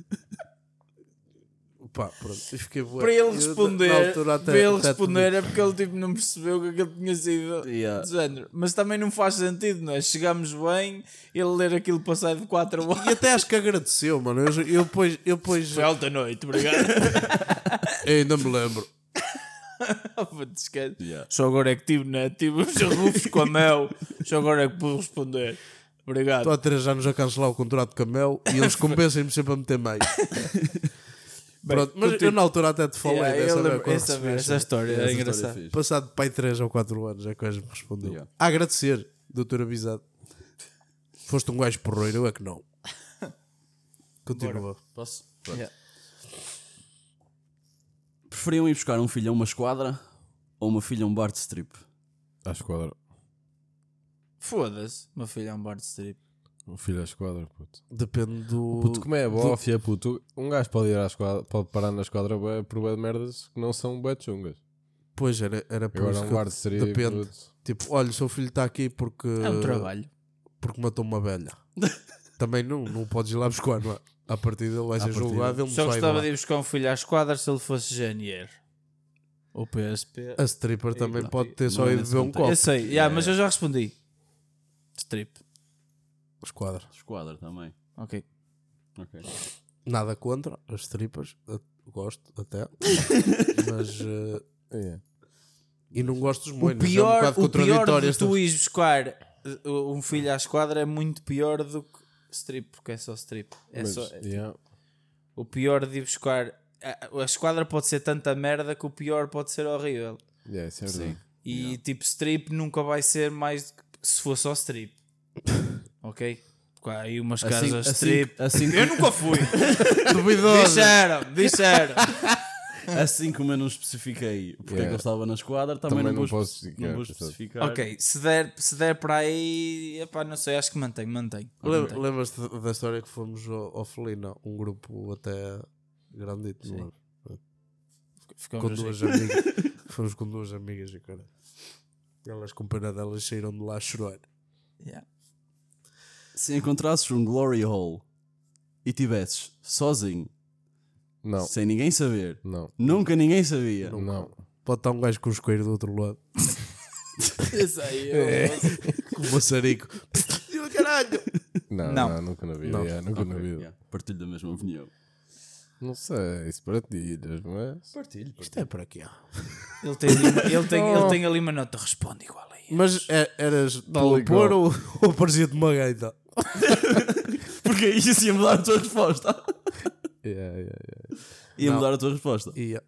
Pá, pronto, eu fiquei bué- Para eu, ele na responder, altura, até- para ele até responder é porque ele tipo, não percebeu que aquilo tinha sido Yeah. de género. Mas também não faz sentido, não é? Chegamos bem, ele ler aquilo passado de quatro E horas. até acho que agradeceu, mano. Eu, eu depois, eu depois Foi alta noite, obrigado. ainda me lembro. Puto, esquece. Yeah. Só agora é que tive, né? Tive os rufos com a Mel. Só agora é que pude responder. Obrigado. Estou há três anos a cancelar o contrato com a Mel e eles convencem-me sempre a meter mais. Pronto, mas continua. eu na altura até te falei Yeah, dessa, eu merda lembro- quando essa, recebi essa essa- história Essa é história engraçada. fixe. Passado pai três ou quatro anos é que o gajo me respondeu. Yeah. A agradecer, doutor avisado. Foste um gajo porreiro, eu é que não. Continua. Posso? Pronto. Yeah. Preferiam ir buscar um filho a uma esquadra ou uma filha a um bar de strip? À esquadra. Foda-se, meu filho é um bar de strip. O filho à esquadra, puto. Depende do. Puto, como é bófia, puto. Um gajo pode ir à esquadra, pode parar na esquadra bué, por bué de merdas que não são bué de chungas. Pois era, era por Agora isso um que eu- bar de strip, depende. puto. Tipo, olha, o seu filho está aqui porque. É um trabalho. Porque matou uma velha. Também não, não podes ir lá buscar, não é? A partir dele vai À ser partida. julgado. Ele Só não sai de gostava lá. de ir buscar um filho à esquadra se ele fosse G N R. Ou P S P. A stripper também não, pode ter não só é ido nesse beber um contexto. copo. Eu sei, yeah, mas eu já respondi. Strip. Esquadra. Esquadra também. Ok. Ok. Nada contra as strippers. eh, Gosto até. Mas. eh, Yeah. e não gosto dos O moinos. é um pior, bocado o pior contraditório de tu esta- ires buscar uh, um filho à esquadra é muito pior do que strip, porque é só strip. É Mas, só, yeah. o pior de ir buscar. A, a esquadra pode ser tanta merda que o pior pode ser horrível. Yeah, isso é verdade. E tipo, strip nunca vai ser mais do que se for só strip. Ok? Porque há aí umas Assim, casas assim, strip. assim, Eu nunca fui. Duvidoso. Disseram, disseram. assim como eu não especifiquei porque é Yeah. que eu estava na esquadra, também, Também não, não vou, posso espe- especificar, não vou exato. especificar. Ok, se der, se der para aí, epá, não sei, acho que mantém, mantém. Lem- mantém. Lembras-te da história que fomos ao, ao Felina? Um grupo até grandito, não é? Ficamos Com duas assim. amigas. Fomos com duas amigas e cara. Elas com pena delas saíram de lá a chorar. Yeah. Se encontrasses um glory hole e tivesses sozinho, Não, sem ninguém saber, não, nunca ninguém sabia, não. Pode estar um gajo com um isqueiro do outro lado. Esse aí é Com um maçarico. Caralho! Não, Não. não, nunca na vida. Não. yeah, nunca na Ok, vida. yeah, partilho da mesma opinião. Não sei, isso partilhas, mas. Partilho. Isto é para aqui. Ele tem, ali uma- ele, tem, ele tem ali uma nota, responde igual aí. Mas é, eras Tal tu e a pôr qual. ou, ou parecia-te uma gaita? Porque isso ia mudar a tua resposta. Yeah, yeah, yeah. Ia Não. mudar a tua resposta. Ia.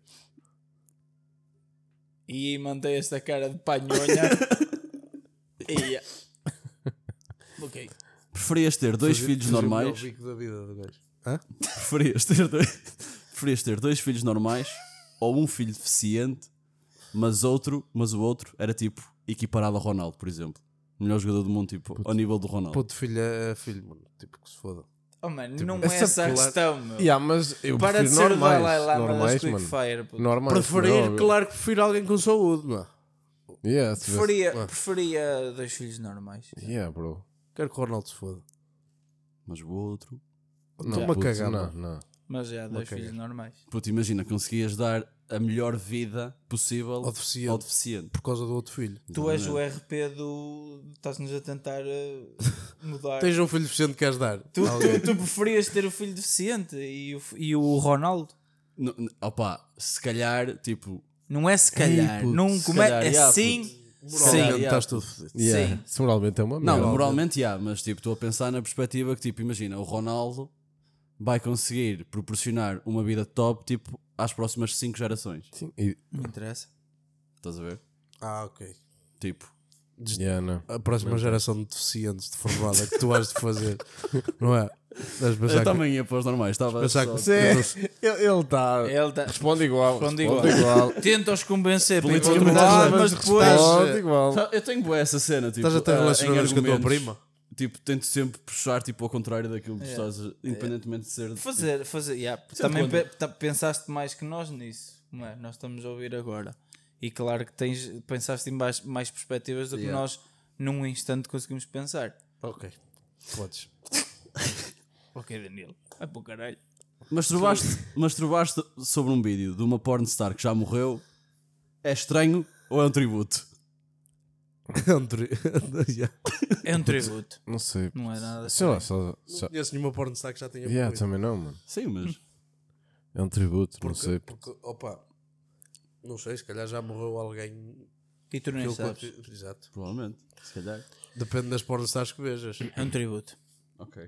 E mantém esta cara de panhonha. e... Ok. Preferias ter dois Fazia- filhos fazia o melhor normais? bico da vida do gajo. Hã? Preferias ter dois, preferias ter dois filhos normais ou um filho deficiente, mas outro, mas o outro era tipo equiparado a Ronaldo, por exemplo. O melhor jogador do mundo, tipo, ao nível do Ronaldo. Puto, filho é filho, mano. Tipo, que se foda. Oh mano, Tipo, não é é sempre essa a claro. questão, meu. Yeah, mas eu Para de prefiro ser o normais. Dalai Lama das normais, Quick mano. Fire. puto. Normais. Preferir, como é óbvio. claro que prefiro alguém com saúde, não é? Yeah, se tivesse- Preferia, Ah. preferia dois filhos normais. Yeah, bro. Quero que o Ronaldo se foda. Mas o outro... Não, Uma putz, cagada. Não, não. Mas já, dois Ok. filhos normais. Puto, imagina, conseguias dar a melhor vida possível Ao deficiente. ao deficiente. Por causa do outro filho. Tu és o R P do. Estás-nos a tentar eh, mudar. Tens um filho deficiente que queres dar? Tu, Alguém. tu, tu preferias ter o filho deficiente e o, e o Ronaldo? N- n- Opa, se calhar, tipo... Não é se calhar. puto, não se come... calhar, é yeah, sim. Moralmente Sim. estás tudo fodido. Yeah. Sim. Se moralmente é uma Não, merda. moralmente, já, mas tipo, estou a pensar na perspectiva que, tipo, imagina, o Ronaldo vai conseguir proporcionar uma vida top, tipo, às próximas cinco gerações. Sim. E, Não interessa. Estás a ver? Ah, ok. Tipo, yeah, não. A próxima geração de deficientes de formada que tu has de fazer. Não é? Deves pensar eu que- também ia para os normais, estava pensar só... que- Sim, ele está. Ele tá... Responde igual. Responde Responde igual. igual. Tenta-os convencer para ir para Politicamente outro lado, correto, mas mas depois. Responde igual. Tá, eu tenho boa essa cena, tipo, estás a ter ah, relacionamentos em com a tua argumentos, prima. Tipo, tento sempre puxar, tipo, ao contrário daquilo que tu Yeah. estás, a- independentemente de ser... Fazer, fazer. Yeah. Também pe- ta- pensaste mais que nós nisso. Não é? Nós estamos a ouvir agora. E claro que tens, pensaste em mais, mais perspectivas do que Yeah. nós num instante conseguimos pensar. Ok. Podes. Ok, Danilo. Vai para o caralho. Masturbaste, masturbaste sobre um vídeo de uma pornstar que já morreu, é estranho ou é um tributo? Entre. Yeah. É um tributo. Não sei. Não é nada. Sei lá, estranho. só. Não só conheço nenhuma pornstar que já tenha yeah, morrido. também não, mano. Sim, mas... É um tributo, não Porque, sei. porque, opa, não sei, se calhar já morreu alguém. E tu que nem eu sabes. conti- Exato. Provavelmente, se calhar. Depende das pornstars que vejas. É um tributo. Ok.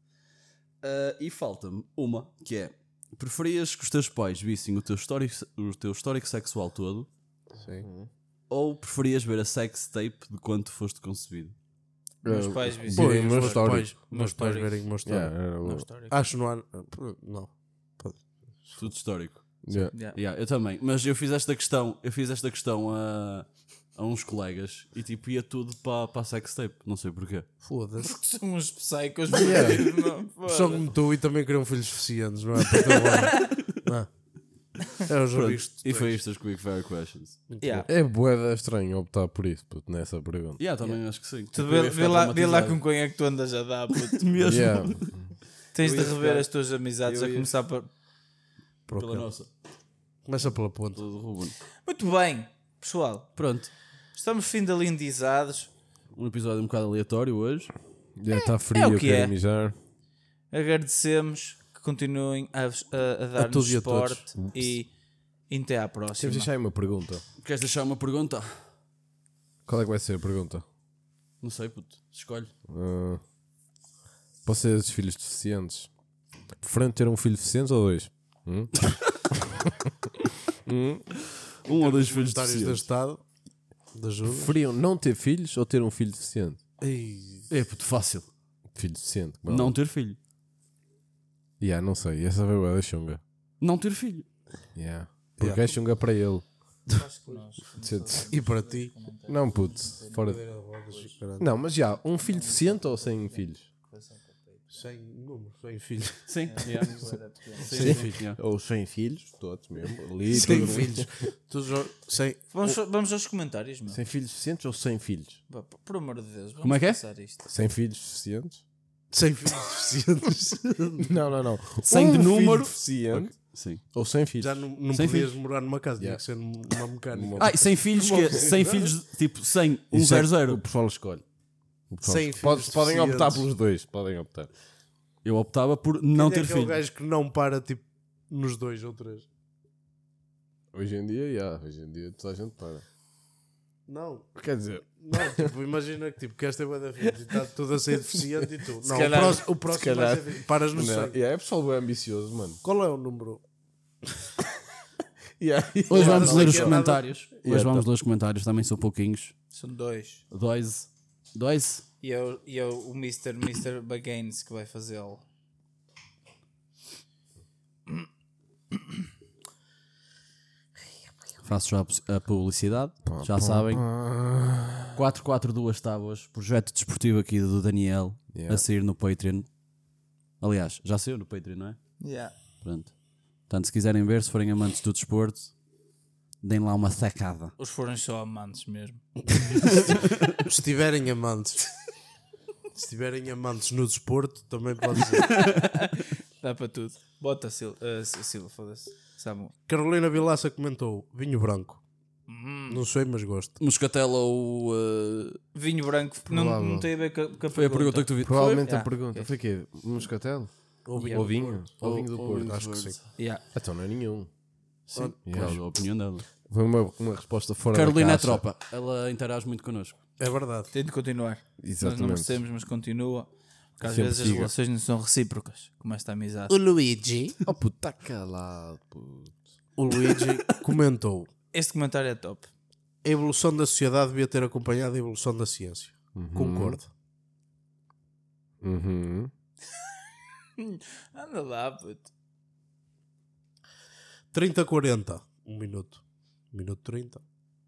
Ah, e falta-me uma, que é... Preferias que os teus pais vissem o teu histórico, o teu histórico sexual todo Sim. ou preferias ver a sex tape de quando tu foste concebido? Meus Eh, pais Pois, visitaram o meu meus histórico. pais, meus pais histórico. verem o meu histórico. Yeah, era o- Não, histórico. Acho que não há. Não. Tudo histórico. yeah. Yeah. Yeah, eu também. Mas eu fiz esta questão, eu fiz esta questão a, a uns colegas e tipo ia tudo para para a sex tape. Não sei porquê. Foda-se. São uns psychos. Yeah. Não, foda. São como tu e também queriam filhos deficientes, não é? Para ter agora. Não. É os Pronto, amigos. e foi isto as quick fire questions. Yeah. É boeda estranho optar por isso, puto, nessa pergunta. Yeah, também acho que sim. Tu Tipo, eu vê, ia vê ficar lá, vê lá traumatizado. com quem é que tu andas a dar, puto. Mesmo. Yeah. Tens Eu de ia rever ficar- as tuas amizades, eu a ia- começar por... Para o Pela canto. nossa. Começa pela ponta. Do Ruben. Muito bem, pessoal. Pronto. Estamos findalindizados. Um episódio um bocado aleatório hoje. Já está frio, é o eu que quero é. mijar. Agradecemos que continuem a, a, a dar-nos todos e a todos. suporte e, e até à Temos próxima. de deixar aí uma pergunta. Queres deixar uma pergunta? Qual é que vai ser a pergunta? Não sei, puto. Escolhe. Uh, vocês, filhos deficientes, preferem ter um filho deficiente ou dois? Hum? hum? Um ou dois filhos Voluntários do deficientes. Estado. De ajuda. Preferiam não ter filhos ou ter um filho deficiente? Ei, É, puto, fácil. Filho deficiente. Não ter filho. Yeah, não sei. Essa veio a da chunga. Não ter filho. Yeah. Porque Yeah. é chunga para ele. Acho que nós- E para ti? Não, puto. Fora... Não, mas já, um filho deficiente ou sem filhos? Sem número, sem filho. Sim. Sem filhos. Yeah. Ou sem filhos, todos mesmo. Ali, Sem tudo bem. filhos. Tu jo- sem... Vamos, vamos aos comentários, meu. Sem filhos deficientes ou sem filhos? Pá, Por amor de Deus, vamos Como é que é? passar isto. Sem filhos deficientes? Sem filhos deficientes. Não, não, não. Sem de Um número. filho deficiente Sim. ou sem filhos? Já não, não Sem podias filhos. morar numa casa, Yeah. tinha que ser numa mecânica. Ah, e sem filhos, que é- sem filhos, tipo, sem um Isso é zero que zero. O pessoal escolhe. O pessoal Sem escolhe. Pode- filhos podem optar deficientes. pelos dois. Podem optar. Eu optava por não Quem é ter que é o filho. gajo que não para tipo nos dois ou três? Hoje em dia, já. Hoje em dia toda a gente para. Não, Quer dizer, não, tipo, imagina que tipo, queres ter bué da filhos e está tudo a ser deficiente e tu. Não, calhar- o próximo, o próximo calhar- vai ser, paras no não, cem. yeah, é pessoal bem ambicioso, mano. Qual é o número? Yeah. Hoje Yeah, vamos não ler sei os que é comentários. Hoje Yeah, vamos tá. ler os comentários, também são pouquinhos. São dois. Dois. Dois. E é o, e é o mister mister Bagains que vai fazê-lo. Faço já a pu- a publicidade. Já sabem. quatrocentos e quarenta e dois tábuas. Projeto desportivo aqui do Daniel. Yeah. A sair no Patreon. Aliás, já saiu no Patreon, não é? Yeah. Pronto. Portanto, se quiserem ver, se forem amantes do desporto, deem lá uma sacada. Os foram só amantes mesmo. Se tiverem amantes. Se tiverem amantes no desporto, também pode ser. Dá para tudo. Bota Sil uh, Silva, foda-se. Samu. Carolina Vilaça comentou: vinho branco. Hum. Não sei, mas gosto. Moscatel ou. uh, Vinho branco não, Provável. não tem a ver com a, com a Foi a pergunta que tu viste. Provavelmente Foi? a pergunta Yeah, foi o quê? Moscatel? Ou vinho, Ou vinho? Ou vinho do Ou- Porto? ou acho que vinho sim. Yeah. Então não é nenhum. Sim. Yeah. É a opinião dela. Foi uma, uma resposta fora Carolina da é caixa. tropa. Ela interage muito connosco. É verdade. Tem de continuar. Nós não Exatamente. merecemos, mas continua. Porque às Sempre vezes as siga. relações não são recíprocas, como esta amizade. O Luigi. Oh puto, tá calado, puto. O Luigi comentou: Este comentário é top. a evolução da sociedade devia ter acompanhado a evolução da ciência. Concordo. Uhum. Anda lá, puto. trinta a quarenta. Um minuto. Um minuto trinta.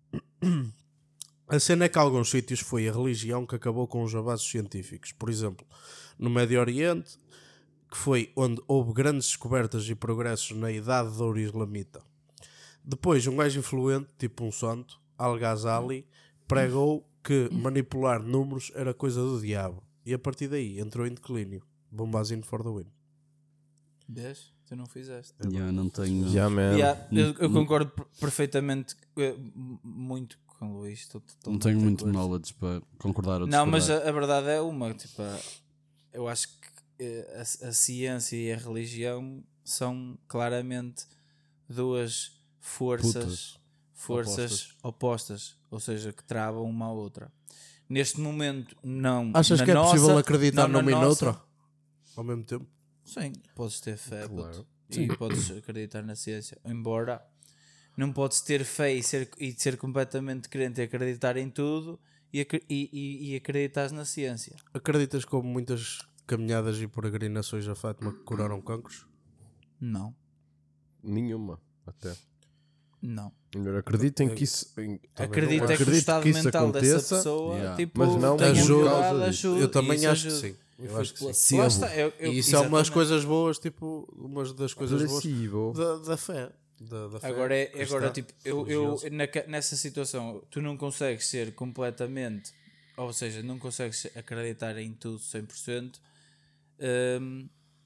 A cena é que, em alguns sítios, foi a religião que acabou com os avanços científicos. Por exemplo, no Médio Oriente, que foi onde houve grandes descobertas e progressos na Idade de Ouro Islamita. Depois, um gajo influente, tipo um santo, Al-Ghazali, pregou que manipular números era coisa do diabo. E a partir daí entrou em declínio. Bombazine for the win. Vês? Tu não fizeste. Já não tenho. Já, man. Yeah, eu, eu concordo per- perfeitamente eh, m- muito com o Luís. Estou Não totalmente tenho de muito acordo. knowledge para concordar ou Não, discordar. mas a, a verdade é uma. Tipo, a- eu acho que eh, a, a ciência e a religião são claramente duas forças, Putas. forças opostas. Ou seja, que travam uma à outra. Neste momento, não. Achas na que é nossa- possível acreditar não, na numa e nossa- noutra? Ao mesmo tempo? Sim, podes ter fé Claro. puto, e podes acreditar na ciência. Embora não podes ter fé e ser, e ser completamente crente e acreditar em tudo e, acre- e, e, e acreditas na ciência. Acreditas que houve muitas caminhadas e peregrinações a Fátima que curaram cancros? Não, Nenhuma, até. não. Melhor acreditem que isso. em- Acredita que o acredito estado que isso mental dessa aconteça, pessoa yeah. tipo, mas não tenha por ajuda, melhorado, disso. ajuda, Eu também isso acho que ajuda. sim. Eu acho que sim. Placebo. Lá está, eu- eu- E isso é uma das exatamente. coisas boas, tipo, uma das coisas boas Placebo. da, da fé. Da, da fé Agora, é, cristã, agora tipo, eu, eu religiosa. naca- nessa situação, tu não consegues ser completamente, ou seja, não consegues acreditar em tudo cem por cento, hum,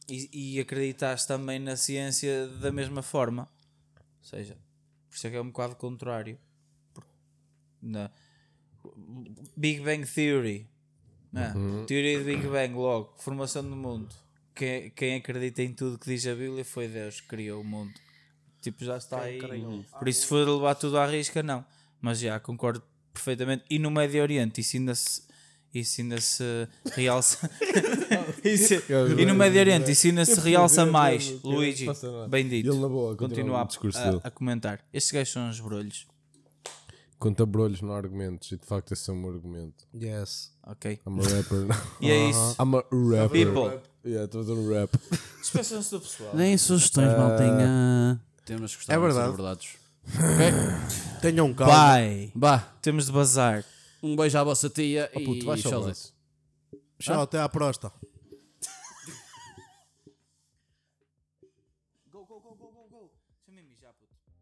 e, e acreditares também na ciência da mesma forma. Ou seja, por isso é que é um bocado contrário. Na Big Bang Theory, né? Uhum. Teoria do Big Bang, logo, formação do mundo. Quem, quem acredita em tudo que diz a Bíblia foi Deus que criou o mundo. Tipo, já está aí. Por isso, se for levar tudo à risca, não. Mas já, concordo perfeitamente. E no Médio Oriente, isso ainda se, isso ainda se realça. Isso- e no Médio Oriente, isso ainda se realça mais. Luigi, bem dito. Ele na boa, Continua a, o discurso a- dele. a comentar. Estes gajos são os brolhos. Conta brolhos, não argumentos. E de facto esse é o meu argumento. Yes. Ok. I'm a rapper. E é isso. I'm a rapper. People, Yeah, estou a fazer um rap. despeçam-se do pessoal. Nem sugestões, maltinha. Temos que gostar É de ser verdade. abordados. Tenham calma. Bye. Bah, Temos de bazar. um beijo à vossa tia Oh, puto, e baixa o tchau. braço. Tchau, até à próxima. Go, go, go, go, go, go. Deixa-me mijar, puto.